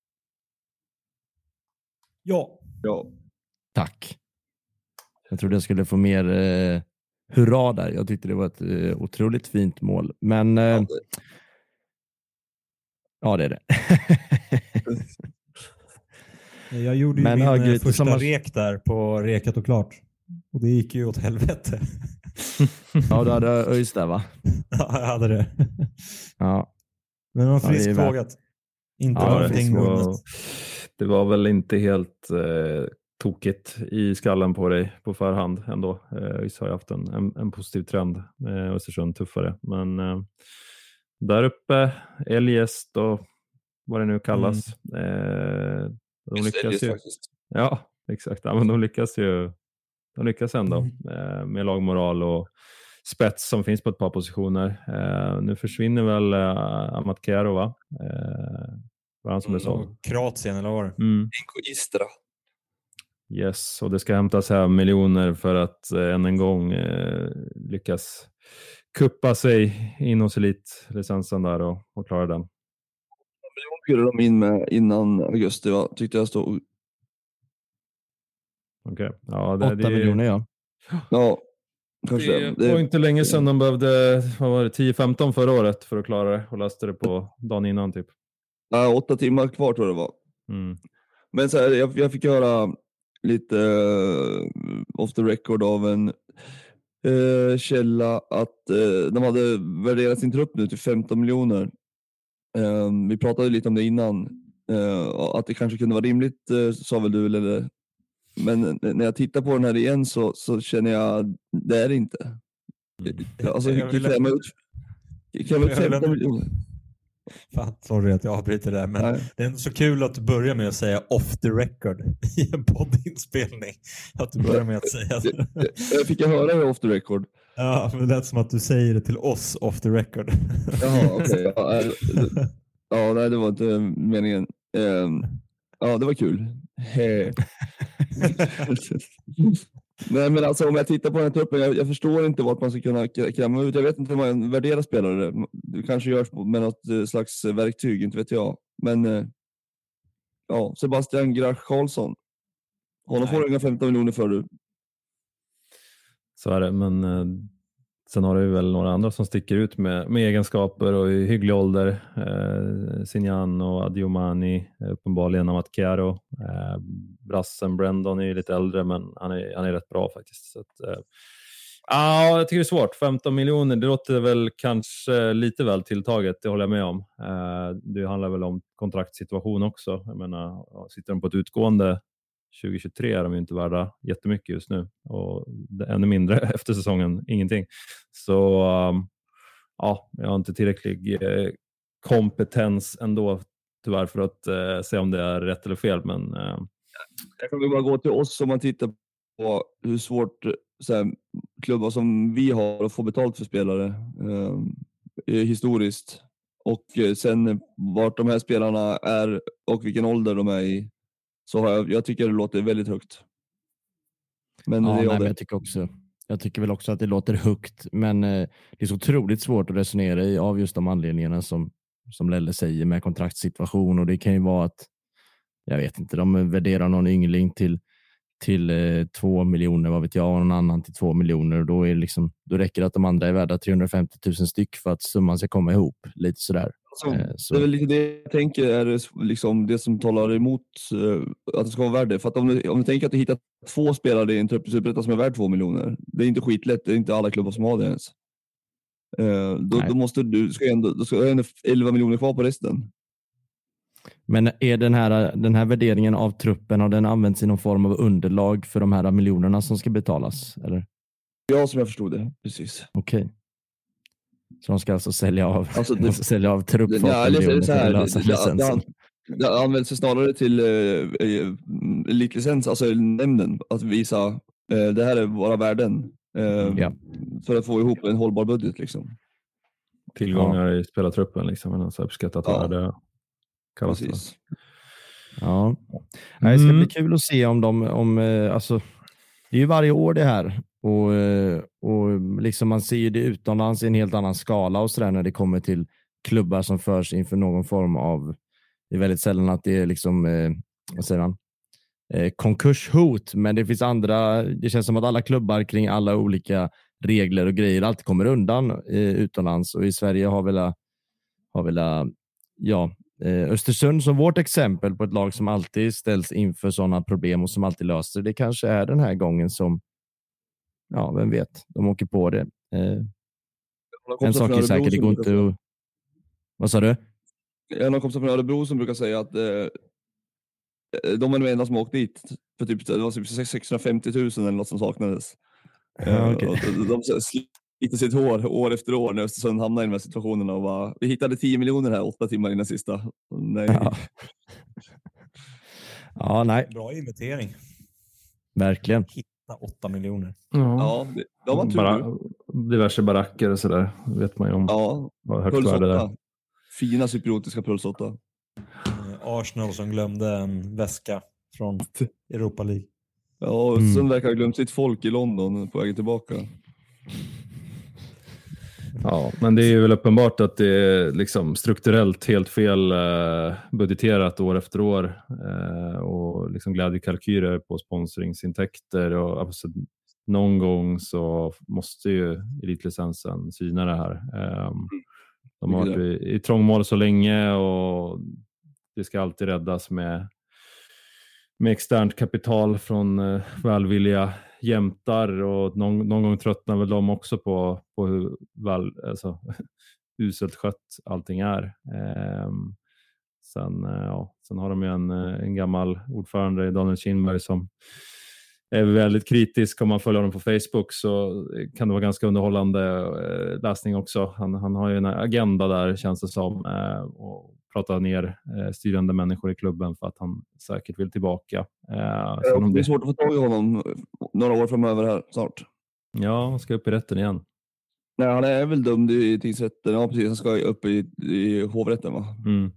Ja. Ja. Tack. Jag trodde jag skulle få mer eh, hurra där. Jag tyckte det var ett eh, otroligt fint mål. Men eh, ja, det... ja, det är det. Jag gjorde ju Men, min Örgryte första som... rek där på Rekat och klart. Och det gick ju åt helvete. Ja, du hade just där, va? Ja, jag hade det. Ja. Men det var friskt ja, vågat. Inte ja, någonting det var, det var väl inte helt eh, tokigt i skallen på dig på förhand ändå. Eh, vi har ju haft en, en, en positiv trend. Eh, Östersund tuffare. Men eh, där uppe, Eljest och vad det nu kallas. Mm. Eh, de lyckas ju. Ja, exakt. Ja, men de lyckas ju. De lyckas ändå mm. eh, med lagmoral och spets som finns på ett par positioner. Eh, nu försvinner väl eh, Amat Kero, va? Eh, var han som det sa? Kroatien eller vad var det? Mm. Istra. Yes, och det ska hämtas här miljoner för att eh, än en gång eh, lyckas kuppa sig in hos elitlicensen där och, och klara den. Miljoner skulle de in med innan augusti, va? Tyckte jag stod. Okej. Okay. Ja, det, Åtta det... miljoner, ja. Ja. Det, det var inte länge sedan de behövde, vad var det, tio femton förra året för att klara det och löste det på dagen innan typ. Ja, åtta timmar kvar tror jag det var. Mm. Men så här, jag, jag fick höra lite uh, off the record av en uh, källa att uh, de hade värderat sin trupp nu till femton miljoner. Uh, vi pratade lite om det innan. Uh, att det kanske kunde vara rimligt, uh, sa väl du eller... Men när jag tittar på den här igen så, så känner jag det är inte. Alltså, jag vill kräma ut, kräma ut femton miljoner. Fan, sorry att jag avbryter det där, men Nej. Det är så kul att du börjar med att säga off the record i en poddinspelning. Att du börjar med att säga det. Jag fick jag höra det off the record. Ja, men det lät som att du säger det till oss off the record. Jaha, okej. Okay. Ja, äh, ja, nej, det var inte meningen. Um, ja, det var kul. Nej, men alltså om jag tittar på den här truppen, jag, jag förstår inte vart man ska kunna kräma ut. Jag vet inte hur man värderar spelare. Det kanske görs med något slags verktyg, inte vet jag. Men uh, ja, Sebastian Grach Karlsson. Honom får inga femton miljoner för du. Så är det, men eh, sen har du väl några andra som sticker ut med, med egenskaper och i hygglig ålder. Eh, Sinjan och Adiomani, uppenbarligen Amat Chiaro. Eh, Brassen Brandon är ju lite äldre, men han är, han är rätt bra faktiskt. Så att, eh, ah, jag tycker det är svårt. femton miljoner, det låter väl kanske lite väl tilltaget, det håller jag med om. Eh, det handlar väl om kontraktssituation också. Jag menar, sitter de på ett utgående tjugohundratjugotre är de ju inte värda jättemycket just nu och ännu mindre efter säsongen, ingenting. Så um, ja, jag har inte tillräcklig eh, kompetens ändå tyvärr för att eh, se om det är rätt eller fel. Men eh... jag kan bara gå till oss om man tittar på hur svårt så här, klubbar som vi har att få betalt för spelare eh, historiskt och eh, sen vart de här spelarna är och vilken ålder de är i. Så har jag, jag tycker det låter väldigt högt. Men, ja, det nej, det. men jag tycker också jag tycker väl också att det låter högt, men eh, det är så otroligt svårt att resonera i av just de anledningarna som, som Lelle säger med kontraktssituation, och det kan ju vara att jag vet inte, de värderar någon yngling till till eh, två miljoner, vad vet jag, och någon annan till två miljoner, och då är det liksom, då räcker det att de andra är värda trehundrafemtio tusen styck för att summan ska komma ihop lite sådär. Alltså, eh, så. Det är väl lite det jag tänker är liksom det som talar emot eh, att det ska vara värde. För att om du, om du tänker att du hittar två spelare i en trupp i Superettan som är värd två miljoner, det är inte skitlätt, det är inte alla klubbar som har det ens. Eh, då, då måste du, ska ändå, då ska du ändå elva miljoner kvar på resten. Men är den här, den här värderingen av truppen, har den använts i någon form av underlag för de här miljonerna som ska betalas? Eller? Ja, som jag förstod det. Precis. Okej. Okay. Så de ska alltså sälja av, alltså det, sälja av trupp för ja, miljoner så här, för att lösa licensen? Det, det används snarare till eh, elitlicens, alltså nämnden, att visa eh, det här är våra värden eh, ja. För att få ihop en hållbar budget. Liksom. Tillgångar ja. I spelartruppen, liksom, en så uppskattat ja. Värde. Precis. Ja. Mm. Det ska bli kul att se om de, om, alltså, det är ju varje år det här, och, och liksom man ser ju det utomlands i en helt annan skala och sådär när det kommer till klubbar som förs inför någon form av, det är väldigt sällan att det är liksom, eh, vad säger man, eh, konkurshot, men det finns andra, det känns som att alla klubbar kring alla olika regler och grejer alltid kommer undan eh, utomlands, och i Sverige har väl har väl ja Östersund som vårt exempel på ett lag som alltid ställs inför sådana problem och som alltid löser det. Kanske är den här gången som, ja, vem vet, de åker på det. Eh, en sak är säker, det går inte att... Vad sa du? Jag har kompisar från Örebro som brukar säga att eh, de är de enda som åkt dit för typ, det var typ sexhundrafemtio tusen eller något som saknades. Ja, okay. de, de sliter sitt hår år efter år när Östersund hamnar i de här situationerna och bara, vi hittade tio miljoner här åtta timmar innan sista. Nej. Ja. Ja, nej. Bra inventering. Verkligen. Hitta åtta miljoner. Ja, ja det, det var tur. Bara, diverse baracker och sådär vet man ju om. Ja, vad högt värde där. Fina cypriotiska pulsåtta. Arsenal som glömde en väska från Europa League. Ja, och mm. sen verkar ha glömt sitt folk i London på vägen tillbaka. Ja, men det är ju väl uppenbart att det är liksom strukturellt helt fel eh, budgeterat år efter år eh, och liksom glädjekalkyler på sponsringsintäkter och alltså, någon gång så måste ju elitlicensen syna det här. Eh, de har varit i, i trångmål så länge och det ska alltid räddas med med externt kapital från eh, välvilliga jämtar, och någon, någon gång tröttnar väl de också på, på hur väl, alltså, uselt skött allting är. Eh, sen, eh, ja, sen har de ju en, en gammal ordförande, Daniel Kindberg, som är väldigt kritisk. Om man följer honom på Facebook så kan det vara ganska underhållande eh, läsning också. Han, han har ju en agenda där, känns det som, eh, och pratar ner eh, styrande människor i klubben för att han säkert vill tillbaka. Eh, ja, det är svårt att få tag i honom några år framöver här snart. Ja, han ska upp i rätten igen. Nej, han är väl dömd i tingsrätten. Ja, precis. Han ska upp i, i hovrätten, va? Mm.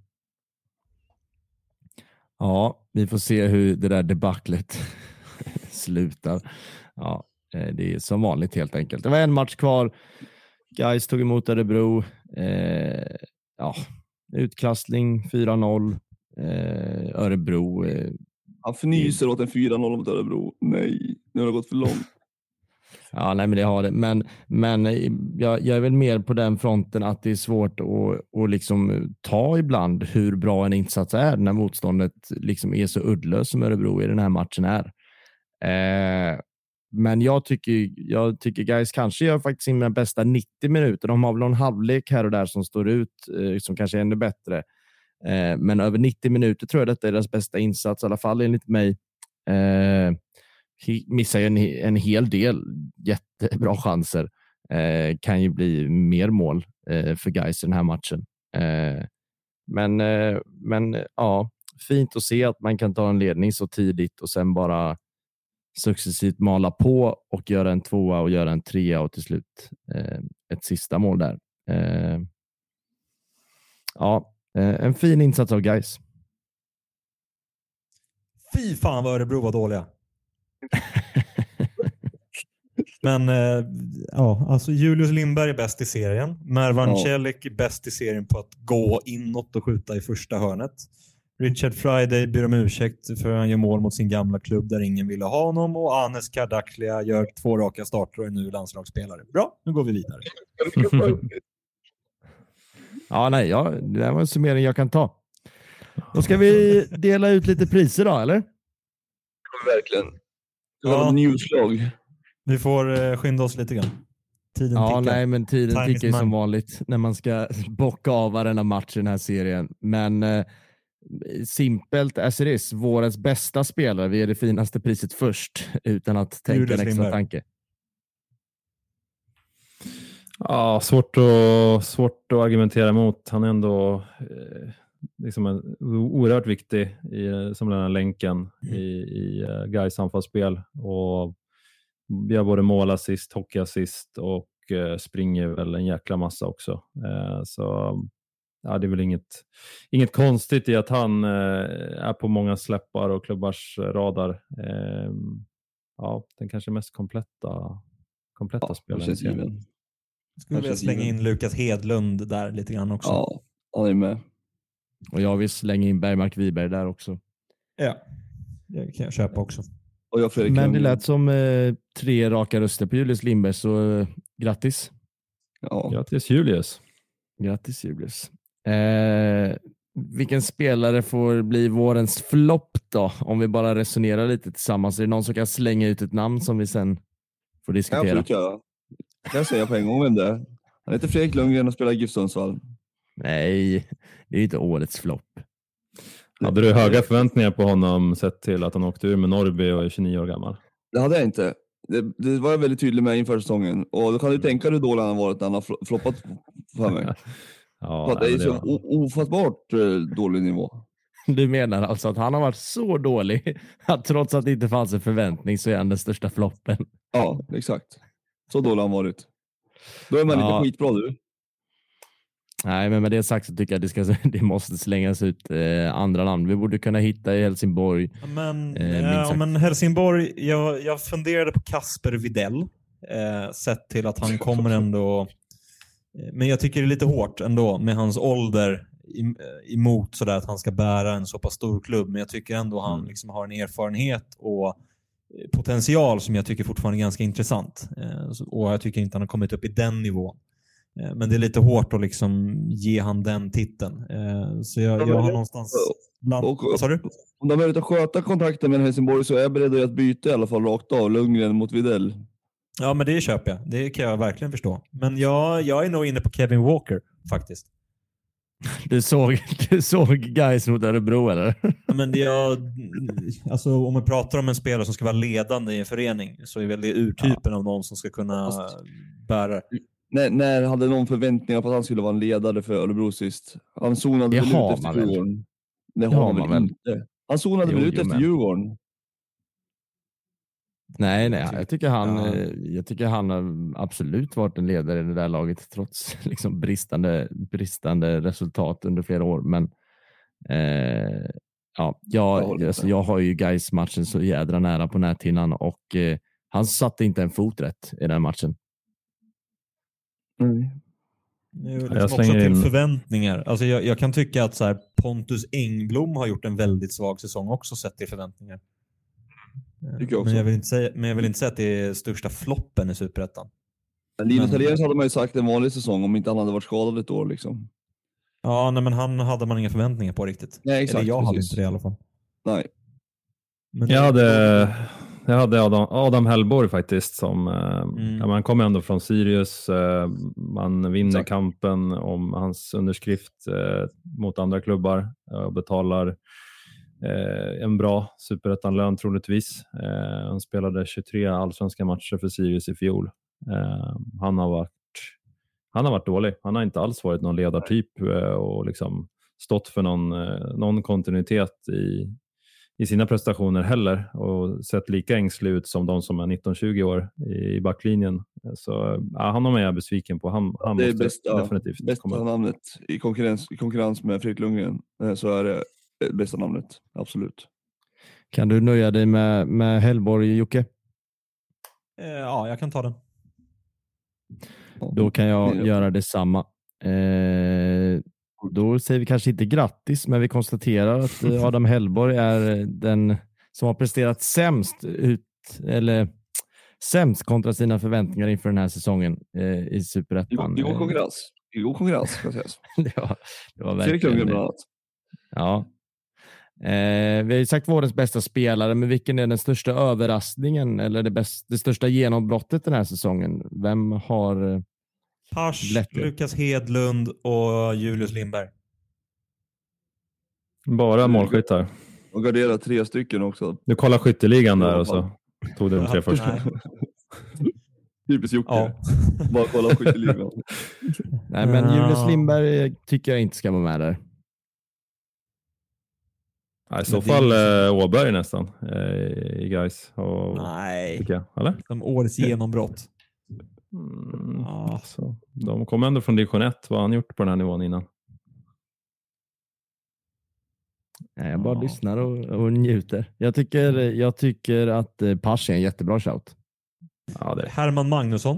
Ja, vi får se hur det där debaclet slutar. Ja, det är som vanligt helt enkelt. Det var en match kvar. Gais tog emot Örebro. Eh, ja, utklassning fyra noll. Eh, Örebro. Eh, Han fnyser åt en fyra noll mot Örebro. Nej, nu har det gått för långt. Ja, nej, men det har det. Men, men jag, jag är väl mer på den fronten att det är svårt att, att liksom ta ibland hur bra en insats är när motståndet liksom är så uddlös som Örebro i den här matchen är. Eh, men jag tycker, jag tycker Gais kanske gör faktiskt sina bästa nittio minuter. De har väl någon halvlek här och där som står ut eh, som kanske är ännu bättre. Eh, men över nittio minuter tror jag detta är deras bästa insats, i alla fall enligt mig. Eh, missar ju en, en hel del jättebra chanser. Eh, kan ju bli mer mål eh, för Gais i den här matchen. Eh, men, eh, men ja, fint att se att man kan ta en ledning så tidigt och sen bara successivt mala på och göra en tvåa och göra en trea och till slut eh, ett sista mål där. Eh, ja, eh, en fin insats av Gais. Fy fan vad Örebro var dåliga. Men eh, ja, alltså Julius Lindberg är bäst i serien. Mervan Ja. Celik är bäst i serien på att gå inåt och skjuta i första hörnet. Richard Friday ber om ursäkt för att han gör mål mot sin gamla klubb där ingen ville ha honom. Och Anes Kardaklia gör två raka starter och är nu landslagsspelare. Bra, nu går vi vidare. Ja, nej, ja, det var en summering jag kan ta. Då ska vi dela ut lite priser då, eller? Verkligen. Det var Ja. en newslag. Vi får eh, skynda oss lite grann. Tiden Ja, tickar. nej, men tiden Time tickar is ju som money. vanligt när man ska bocka av varenda match i den här serien. Men eh, simpelt as it is, vårens bästa spelare, vi är det finaste priset först utan att tänka Julius en extra Lindberg. tanke. Ja, svårt att, svårt att argumentera emot. Han är ändå eh, liksom en, oerhört viktig i, som den här länken i, i uh, Gais anfallsspel. Och vi har både målassist, hockeyassist och eh, springer väl en jäkla massa också. Eh, så ja, det är väl inget, inget konstigt i att han eh, är på många släppar och klubbars radar. Eh, ja, den kanske mest kompletta, kompletta Ja, spelaren. känns given. Skulle vilja slänga in Lukas Hedlund där lite grann också. Ja, han är med. Och jag vill slänga in Bergmark Wiberg där också. Ja, det kan jag köpa också. Och jag Fredrik Men det Lundgren. lät som eh, tre raka röster på Julius Lindberg, så eh, grattis. Ja. Grattis Julius. Grattis Julius. Eh, vilken spelare får bli vårens flopp då? Om vi bara resonerar lite tillsammans. Är det någon som kan slänga ut ett namn som vi sen får Kan jag diskutera? absolut göra. Kan jag säga på en gång vem det är? Han heter Fredrik Lundgren och spelar i GIF Sundsvall. Nej, det är ju inte årets flopp. Hade du höga förväntningar på honom sett till att han åkte ur med Norrby och är tjugonio år gammal? Det hade jag inte. Det, det var jag väldigt tydlig med inför säsongen. Och då kan du tänka dig hur dålig han har varit när han har fl- floppat för mig. Ja, För att det nej, är men så var- o- ofattbart eh, dålig nivå. Du menar alltså att han har varit så dålig att trots att det inte fanns en förväntning så är han den största floppen? Ja, exakt. Så dålig har han varit. Då är man Ja. lite skitbra du. Nej, men med det sagt så tycker jag att det, ska, det måste slängas ut eh, andra namn. Vi borde kunna hitta i Helsingborg. Men, Eh, minst ja, sagt. men Helsingborg, jag, jag funderade på Kasper Videll. Eh, sett till att han kommer ändå... eh, Men jag tycker det är lite hårt ändå med hans ålder i, eh, emot sådär att han ska bära en så pass stor klubb. Men jag tycker ändå han Mm. liksom har en erfarenhet och eh, potential som jag tycker fortfarande är ganska intressant. Eh, så- och jag tycker inte han har kommit upp i den nivån. Eh, men det är lite hårt att liksom ge han den titeln. Eh, så jag, jag har någonstans... Bland, Och- vad sa du? Om de har möjlighet att sköta kontakten med Helsingborg så är jag beredd att byta i alla fall rakt av. Lundgren mot Widell. Ja, men det köper jag. Det kan jag verkligen förstå. Men jag, jag är nog inne på Kevin Walker faktiskt. Du såg, du såg Gais mot Örebro, eller? Ja, men det jag, alltså, om man pratar om en spelare som ska vara ledande i en förening så är väl det urtypen av någon som ska kunna bära. När, när hade någon förväntningar på att han skulle vara en ledare för Örebro sist? Han zonade Det väl har ut efter man väl. Djurgården? Det Det har har man man väl väl. inte? Han zonade Jo, väl ut jo, efter men- Djurgården? Nej, nej, jag tycker han, ja. jag tycker han har absolut varit en ledare i det där laget trots liksom bristande, bristande resultat under flera år. Men eh, ja, jag, alltså, jag har ju Gais matchen så jädra nära på näthinnan och eh, han satte inte en fot rätt i den matchen. Mm. Nu liksom jag också till in... förväntningar. Alltså jag, jag kan tycka att så här, Pontus Engblom har gjort en väldigt svag säsong också sett till förväntningar. Jag men, jag vill inte säga, men jag vill inte säga att det är största floppen i Superettan. Linus Hallenius hade man ju sagt en vanlig säsong om inte han hade varit skadad ett år. Liksom. Ja, nej, men han hade man inga förväntningar på riktigt. Nej, exakt, Eller jag precis. hade inte det i alla fall. Nej. Men jag hade, jag hade Adam, Adam Hellborg faktiskt. Som, mm. ja, man kommer ändå från Sirius. Man vinner exakt. kampen om hans underskrift mot andra klubbar och betalar en bra superettanlön troligtvis. Eh, han spelade tjugotre allsvenska matcher för Sirius i fjol. Eh, han har varit han har varit dålig. Han har inte alls varit någon ledartyp eh, och liksom stått för någon, eh, någon kontinuitet i, i sina prestationer heller och sett lika ängslig ut som de som är nitton tjugo år i, i backlinjen. Så ja, han har jag besviken på. Han, han det är måste bästa, definitivt bästa komma. namnet i konkurrens, i konkurrens med Fredrik Lundgren eh, så är det bästa namnet, absolut. Kan du nöja dig med, med Hellborg, Jocke? Eh, ja, jag kan ta den. Då kan jag ja. göra detsamma. Eh, då säger vi kanske inte grattis, men vi konstaterar att Adam Hellborg är den som har presterat sämst ut, eller sämst kontra sina förväntningar inför den här säsongen eh, i Superettan. I god konkurrens. I god konkurrens, ska jag säga. ja, det var verkligen det. Ja. Eh, vi har ju sagt vårens bästa spelare, men vilken är den största överraskningen eller det, bäst, det största genombrottet den här säsongen? Vem har eh, Pars, Lukas Hedlund och Julius Lindberg? Bara målskyttar. Och gardera tre stycken också. Du kollar skytteligan där och så tog du de tre första. Typiskt Jocke. Ja. Bara kolla skytteligan. Nej, men Julius Lindberg tycker jag inte ska vara med där. Ja, i så men fall är... äh, Åberg nästan äh, i Gais. Och... Nej, jag, eller? Som årets genombrott. Mm, ah. så. De kommer ändå från division ett. Vad har han gjort på den här nivån innan? Nej, jag bara ah. lyssnar och, och njuter. Jag tycker, jag tycker att eh, Pars är en jättebra shout. Ja, det är. Herman Magnusson.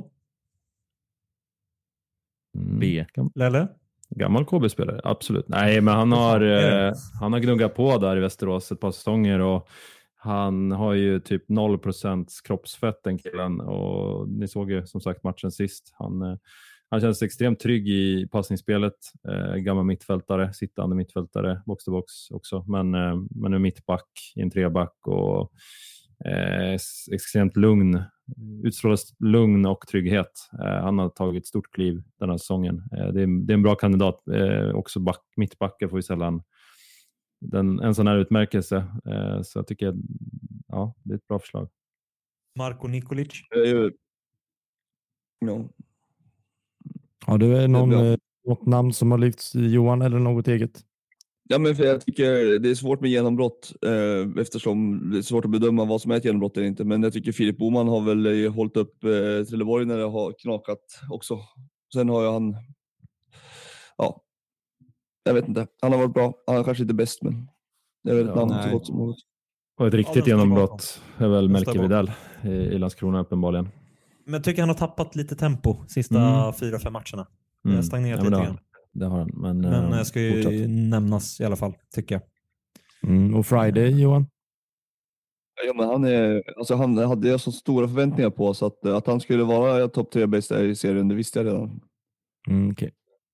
Mm. B. Lelle? Gammal K B-spelare, absolut. Nej, men han har, eh, han har gnuggat på där i Västerås ett par säsonger och han har ju typ noll procent kroppsfett den killen och ni såg ju som sagt matchen sist. Han, eh, han känns extremt trygg i passningsspelet, eh, gammal mittfältare, sittande mittfältare, box to box också, men, eh, men nu mittback i en treback och eh, extremt lugn. Utstrålas lugn och trygghet. Eh, han har tagit stort kliv den här säsongen. Eh, det, är, det är en bra kandidat. Eh, också back, mittbackar får vi sällan den, en sån här utmärkelse. Eh, så jag tycker ja, det är ett bra förslag. Marko Nikolic. Eh, ja. Ja, det är någon, det är något namn som har lyfts, Johan, eller något eget? Ja, men för jag tycker det är svårt med genombrott eh, eftersom det är svårt att bedöma vad som är ett genombrott eller inte. Men jag tycker Filip Boman har väl eh, hållit upp eh, Trelleborg när det har knakat också. Sen har ju han, ja, jag vet inte. Han har varit bra. Han är kanske inte bäst, men det är väl ett ja, namn så gott som något. Och ett riktigt ja, genombrott är väl Melke Videll i, i Landskrona uppenbarligen. Men jag tycker han har tappat lite tempo sista mm. fyra, fem matcherna. Det har stagnerat ja, lite grann. Det har han, men, men äh, ska ju fortsatt. nämnas i alla fall, tycker jag. Mm, och Friday, Johan? Ja, men han, är, alltså han hade jag så stora förväntningar på så att, att han skulle vara topp tre bästa i serien, det visste jag redan. Mm, okay.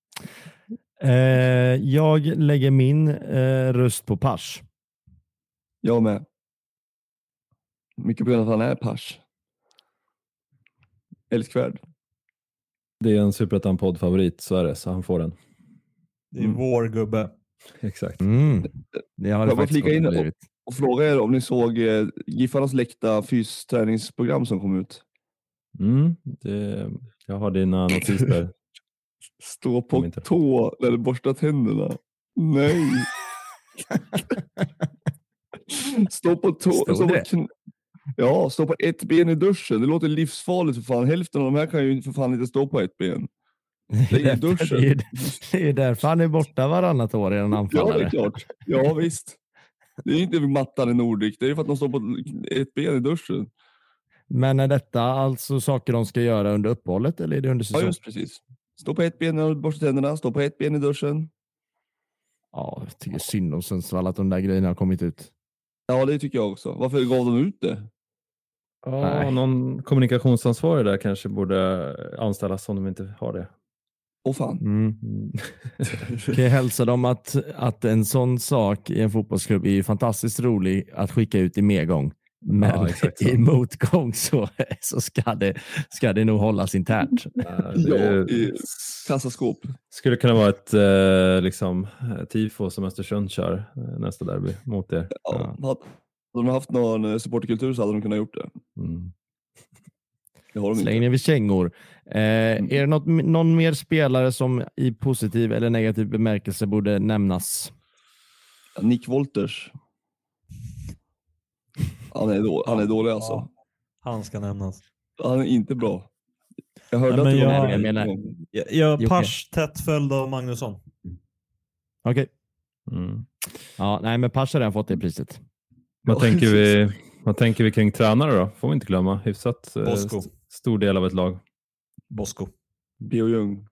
eh, jag lägger min eh, röst på Pars. Jag med. Mycket på grund av att han är Pars. Älskvärd. Det är en Superettan-podd-favorit, så är det, så han får den. Det är mm. vår gubbe. Exakt. Mm. Det har det jag bara flika in och, och fråga er om ni såg eh, Giffarnas läkta fysträningsprogram som kom ut. Mm, det, jag har dina notiser. Stå på tå när du borstar tänderna. Nej. Stå på tå. Stå på knä. Ja, stå på ett ben i duschen. Det låter livsfarligt för fan. Hälften av de här kan ju för fan inte stå på ett ben. Det är i duschen. det, är, det är därför han är borta varannat år i en anfallare. Ja, det är klart. Ja, visst. Det är inte mattan i Nordic. Det är för att de står på ett ben i duschen. Men är detta alltså saker de ska göra under uppehållet eller är det under säsong? Ja, just precis. Stå på ett ben och borsta tänderna. Stå på ett ben i duschen. Ja, jag tycker synd om Sundsvall att de där grejerna har kommit ut. Ja, det tycker jag också. Varför gav de ut det? Ja, Nej. någon kommunikationsansvarig där kanske borde anställas om de inte har det. Åh fan. Mm. Kan jag hälsa dem att, att en sån sak i en fotbollsklubb är fantastiskt rolig att skicka ut i medgång. Men Ja, exakt så. i motgång så, så ska, det, ska det nog hållas internt. Ja, Ja, det i kassaskåp. skulle kunna vara ett eh, liksom, tifo som Östersund kör eh, nästa derby mot er. Ja. Hade de haft någon supporterkultur så hade de kunnat gjort det. Mm. Det har de Släng inte. ner vid kängor. Eh, är det något, någon mer spelare som i positiv eller negativ bemärkelse borde nämnas? Nick Wolters. Han är, då, han är dålig alltså. Ja, han ska nämnas. Han är inte bra. Jag hörde Nej, att men det var jag- med. jag menar- Jag, jag Jocke. Pars tätt följd av Magnusson. Okej. Mm. Ja, nej, men Pars har redan fått det priset. Vad, Ja, tänker precis. vi, vad tänker vi kring tränare då? Får vi inte glömma. Hyfsat eh, Bosko. st- stor del av ett lag. Bosko. P O Ljung.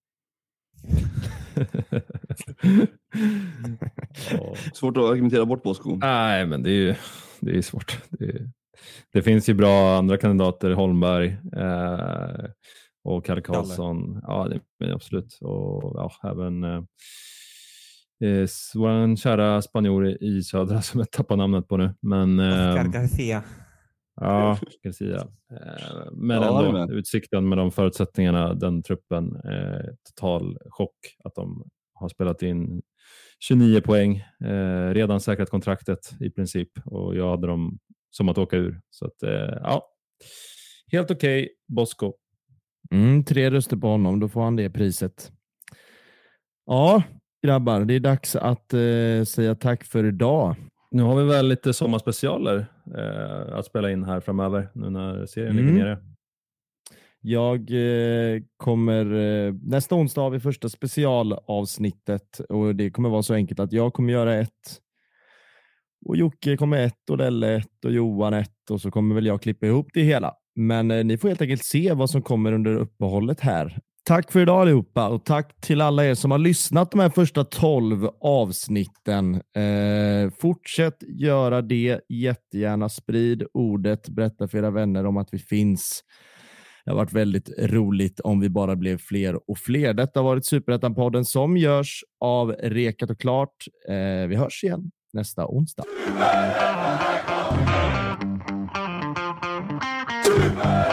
Ja. Svårt att argumentera bort Bosko. Nej, men det är ju det är svårt. Det, är, det finns ju bra andra kandidater, Holmberg eh, och Kalle Karlsson. Ja, det, men absolut. Och ja, även eh, eh, vår kära spanjor i södra som jag tappar namnet på nu. Men eh, Garcia. ja, Garcia. Eh, men Ja, det är ändå med. utsikten med de förutsättningarna, den truppen, eh, total chock att de har spelat in tjugonio poäng, eh, redan säkrat kontraktet i princip och jag hade dem som att åka ur. Så att, eh, ja, helt okej, okay. Bosko. Mm, tre röster på honom, då får han det priset. Ja, grabbar, det är dags att eh, säga tack för idag. Nu har vi väl lite sommarspecialer eh, att spela in här framöver nu när serien Mm. ligger nere. Jag eh, kommer, eh, nästa onsdag har vi första specialavsnittet och det kommer vara så enkelt att jag kommer göra ett och Jocke kommer ett och Lelle ett och Johan ett och så kommer väl jag klippa ihop det hela. Men eh, ni får helt enkelt se vad som kommer under uppehållet här. Tack för idag allihopa och tack till alla er som har lyssnat de här första tolv avsnitten. Eh, fortsätt göra det, jättegärna sprid ordet, berätta för era vänner om att vi finns. Det har varit väldigt roligt om vi bara blev fler och fler. Detta har varit Superettan-podden som görs av Rekat och Klart. Eh, vi hörs igen nästa onsdag. Super!